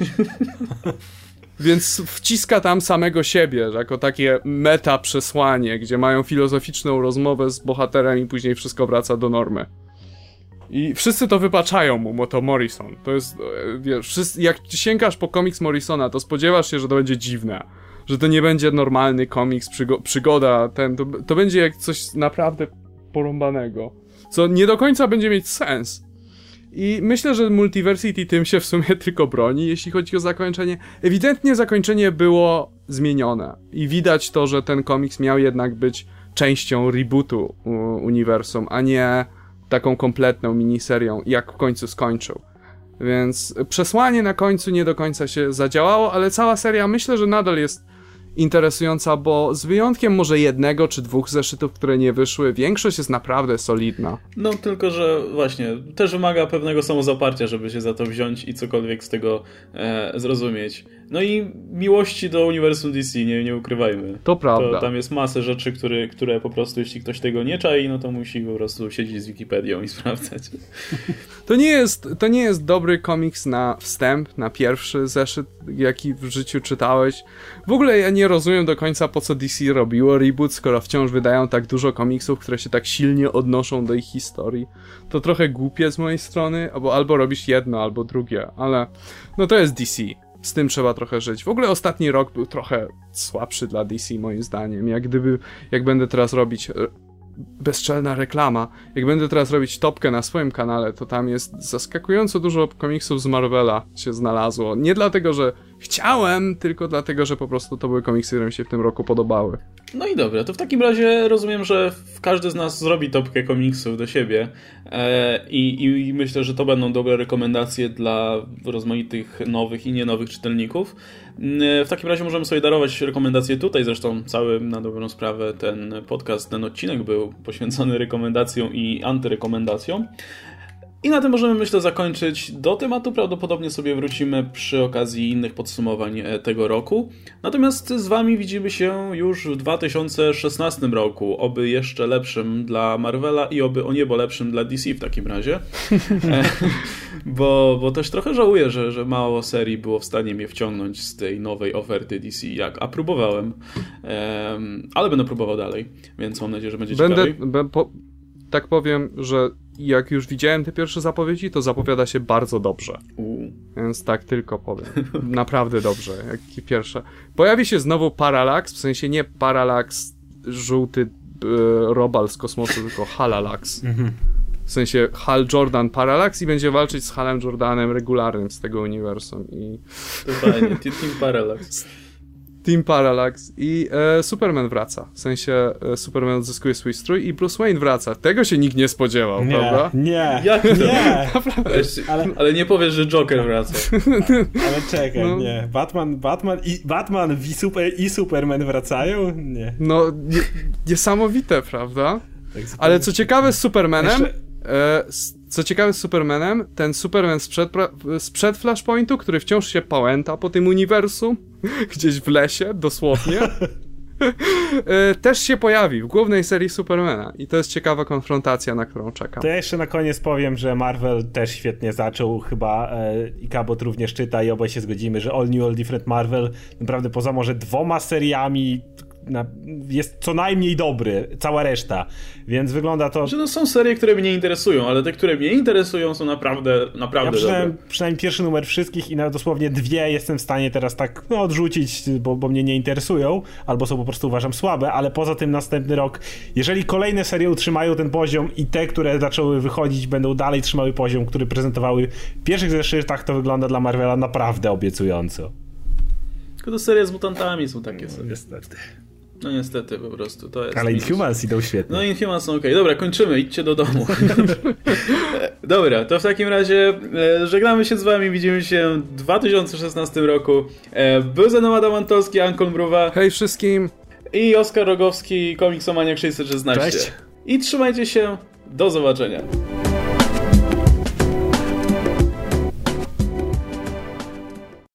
Więc wciska tam samego siebie, jako takie meta przesłanie, gdzie mają filozoficzną rozmowę z bohaterem i później wszystko wraca do normy. I wszyscy to wybaczają mu, bo to Morrison. To jest, wiesz, wszyscy, jak sięgasz po komiks Morrisona, to spodziewasz się, że to będzie dziwne. Że to nie będzie normalny komiks, przygo- przygoda, ten, to, to będzie jak coś naprawdę porąbanego. Co nie do końca będzie mieć sens. I myślę, że Multiversity tym się w sumie tylko broni, jeśli chodzi o zakończenie. Ewidentnie zakończenie było zmienione. I widać to, że ten komiks miał jednak być częścią rebootu uniwersum, a nie taką kompletną miniserią, jak w końcu skończył. Więc przesłanie na końcu nie do końca się zadziałało, ale cała seria myślę, że nadal jest interesująca, bo z wyjątkiem może jednego czy dwóch zeszytów, które nie wyszły, większość jest naprawdę solidna. No tylko, że właśnie też wymaga pewnego samozaparcia, żeby się za to wziąć i cokolwiek z tego e, zrozumieć. No i miłości do uniwersum D C, nie, nie ukrywajmy. To prawda. To, tam jest masę rzeczy, które, które po prostu, jeśli ktoś tego nie czai, no to musi po prostu siedzieć z Wikipedią i sprawdzać. To nie jest, to nie jest dobry komiks na wstęp, na pierwszy zeszyt, jaki w życiu czytałeś. W ogóle ja nie rozumiem do końca, po co D C robiło reboot, skoro wciąż wydają tak dużo komiksów, które się tak silnie odnoszą do ich historii. To trochę głupie z mojej strony, albo, albo robisz jedno, albo drugie, ale no to jest D C. Z tym trzeba trochę żyć. W ogóle ostatni rok był trochę słabszy dla D C moim zdaniem. Jak gdyby, jak będę teraz robić bezczelna reklama, jak będę teraz robić topkę na swoim kanale, to tam jest zaskakująco dużo komiksów z Marvela się znalazło. Nie dlatego, że chciałem, tylko dlatego, że po prostu to były komiksy, które mi się w tym roku podobały. No i dobra, to w takim razie rozumiem, że każdy z nas zrobi topkę komiksów do siebie e, i, i myślę, że to będą dobre rekomendacje dla rozmaitych nowych i nienowych czytelników. E, w takim razie możemy sobie darować rekomendacje tutaj, zresztą cały, na dobrą sprawę, ten podcast, ten odcinek był poświęcony rekomendacjom i antyrekomendacjom. I na tym możemy, myślę, zakończyć. Do tematu prawdopodobnie sobie wrócimy przy okazji innych podsumowań tego roku. Natomiast z wami widzimy się już w dwa tysiące szesnastym roku. Oby jeszcze lepszym dla Marvela i oby o niebo lepszym dla D C w takim razie. bo, bo też trochę żałuję, że, że mało serii było w stanie mnie wciągnąć z tej nowej oferty D C. Jak, a próbowałem. Um, ale będę próbował dalej, więc mam nadzieję, że będzie Będę, ciekawiej. be, po, tak powiem, że jak już widziałem te pierwsze zapowiedzi, to zapowiada się bardzo dobrze. U. Więc tak tylko powiem. Naprawdę dobrze, jak i pierwsze. Pojawi się znowu Parallax, w sensie nie Parallax żółty e, robal z kosmosu, tylko Halalax. W sensie Hal Jordan Parallax i będzie walczyć z Halem Jordanem regularnym z tego uniwersum. I... To fajnie, Team Parallax. Team Parallax i e, Superman wraca. W sensie e, Superman odzyskuje swój strój i Bruce Wayne wraca. Tego się nikt nie spodziewał, nie, prawda? Nie, Jak to? nie. ale... ale nie powiesz, że Joker wraca. Ale czekaj, no. nie. Batman, Batman i Batman i, super, i Superman wracają? Nie. No, nie, niesamowite, prawda? Tak, ale co ciekawe z Supermanem, Jeszcze... e, co ciekawe z Supermanem, ten Superman sprzed, sprzed Flashpointu, który wciąż się pałęta po tym uniwersum, gdzieś w lesie, dosłownie, e, też się pojawi w głównej serii Supermana i to jest ciekawa konfrontacja, na którą czekam. To ja jeszcze na koniec powiem, że Marvel też świetnie zaczął, chyba e, i Kabot również czyta i obaj się zgodzimy, że All New, All Different Marvel naprawdę poza może dwoma seriami na, jest co najmniej dobry, cała reszta, więc wygląda to... Że no są serie, które mnie interesują, ale te, które mnie interesują są naprawdę, naprawdę ja dobre. Przynajmniej pierwszy numer wszystkich i na dosłownie dwie jestem w stanie teraz tak no, odrzucić, bo, bo mnie nie interesują, albo są po prostu uważam słabe, ale poza tym następny rok, jeżeli kolejne serie utrzymają ten poziom i te, które zaczęły wychodzić, będą dalej trzymały poziom, który prezentowały w pierwszych zeszytach, to wygląda dla Marvela naprawdę obiecująco. Tylko to serie z mutantami są takie sobie. No, niestety. No niestety po prostu, to jest... Ale Inhumans idą świetnie. No Inhumans są okej. Okay. Dobra, kończymy, idźcie do domu. Dobra, to w takim razie e, żegnamy się z wami, widzimy się w dwa tysiące szesnastym roku. E, był ze mną Adam Antolski, Ankon Mruwa. Hej wszystkim! I Oskar Rogowski, Komiksomaniak sześćset szesnaście. Cześć! I trzymajcie się, do zobaczenia.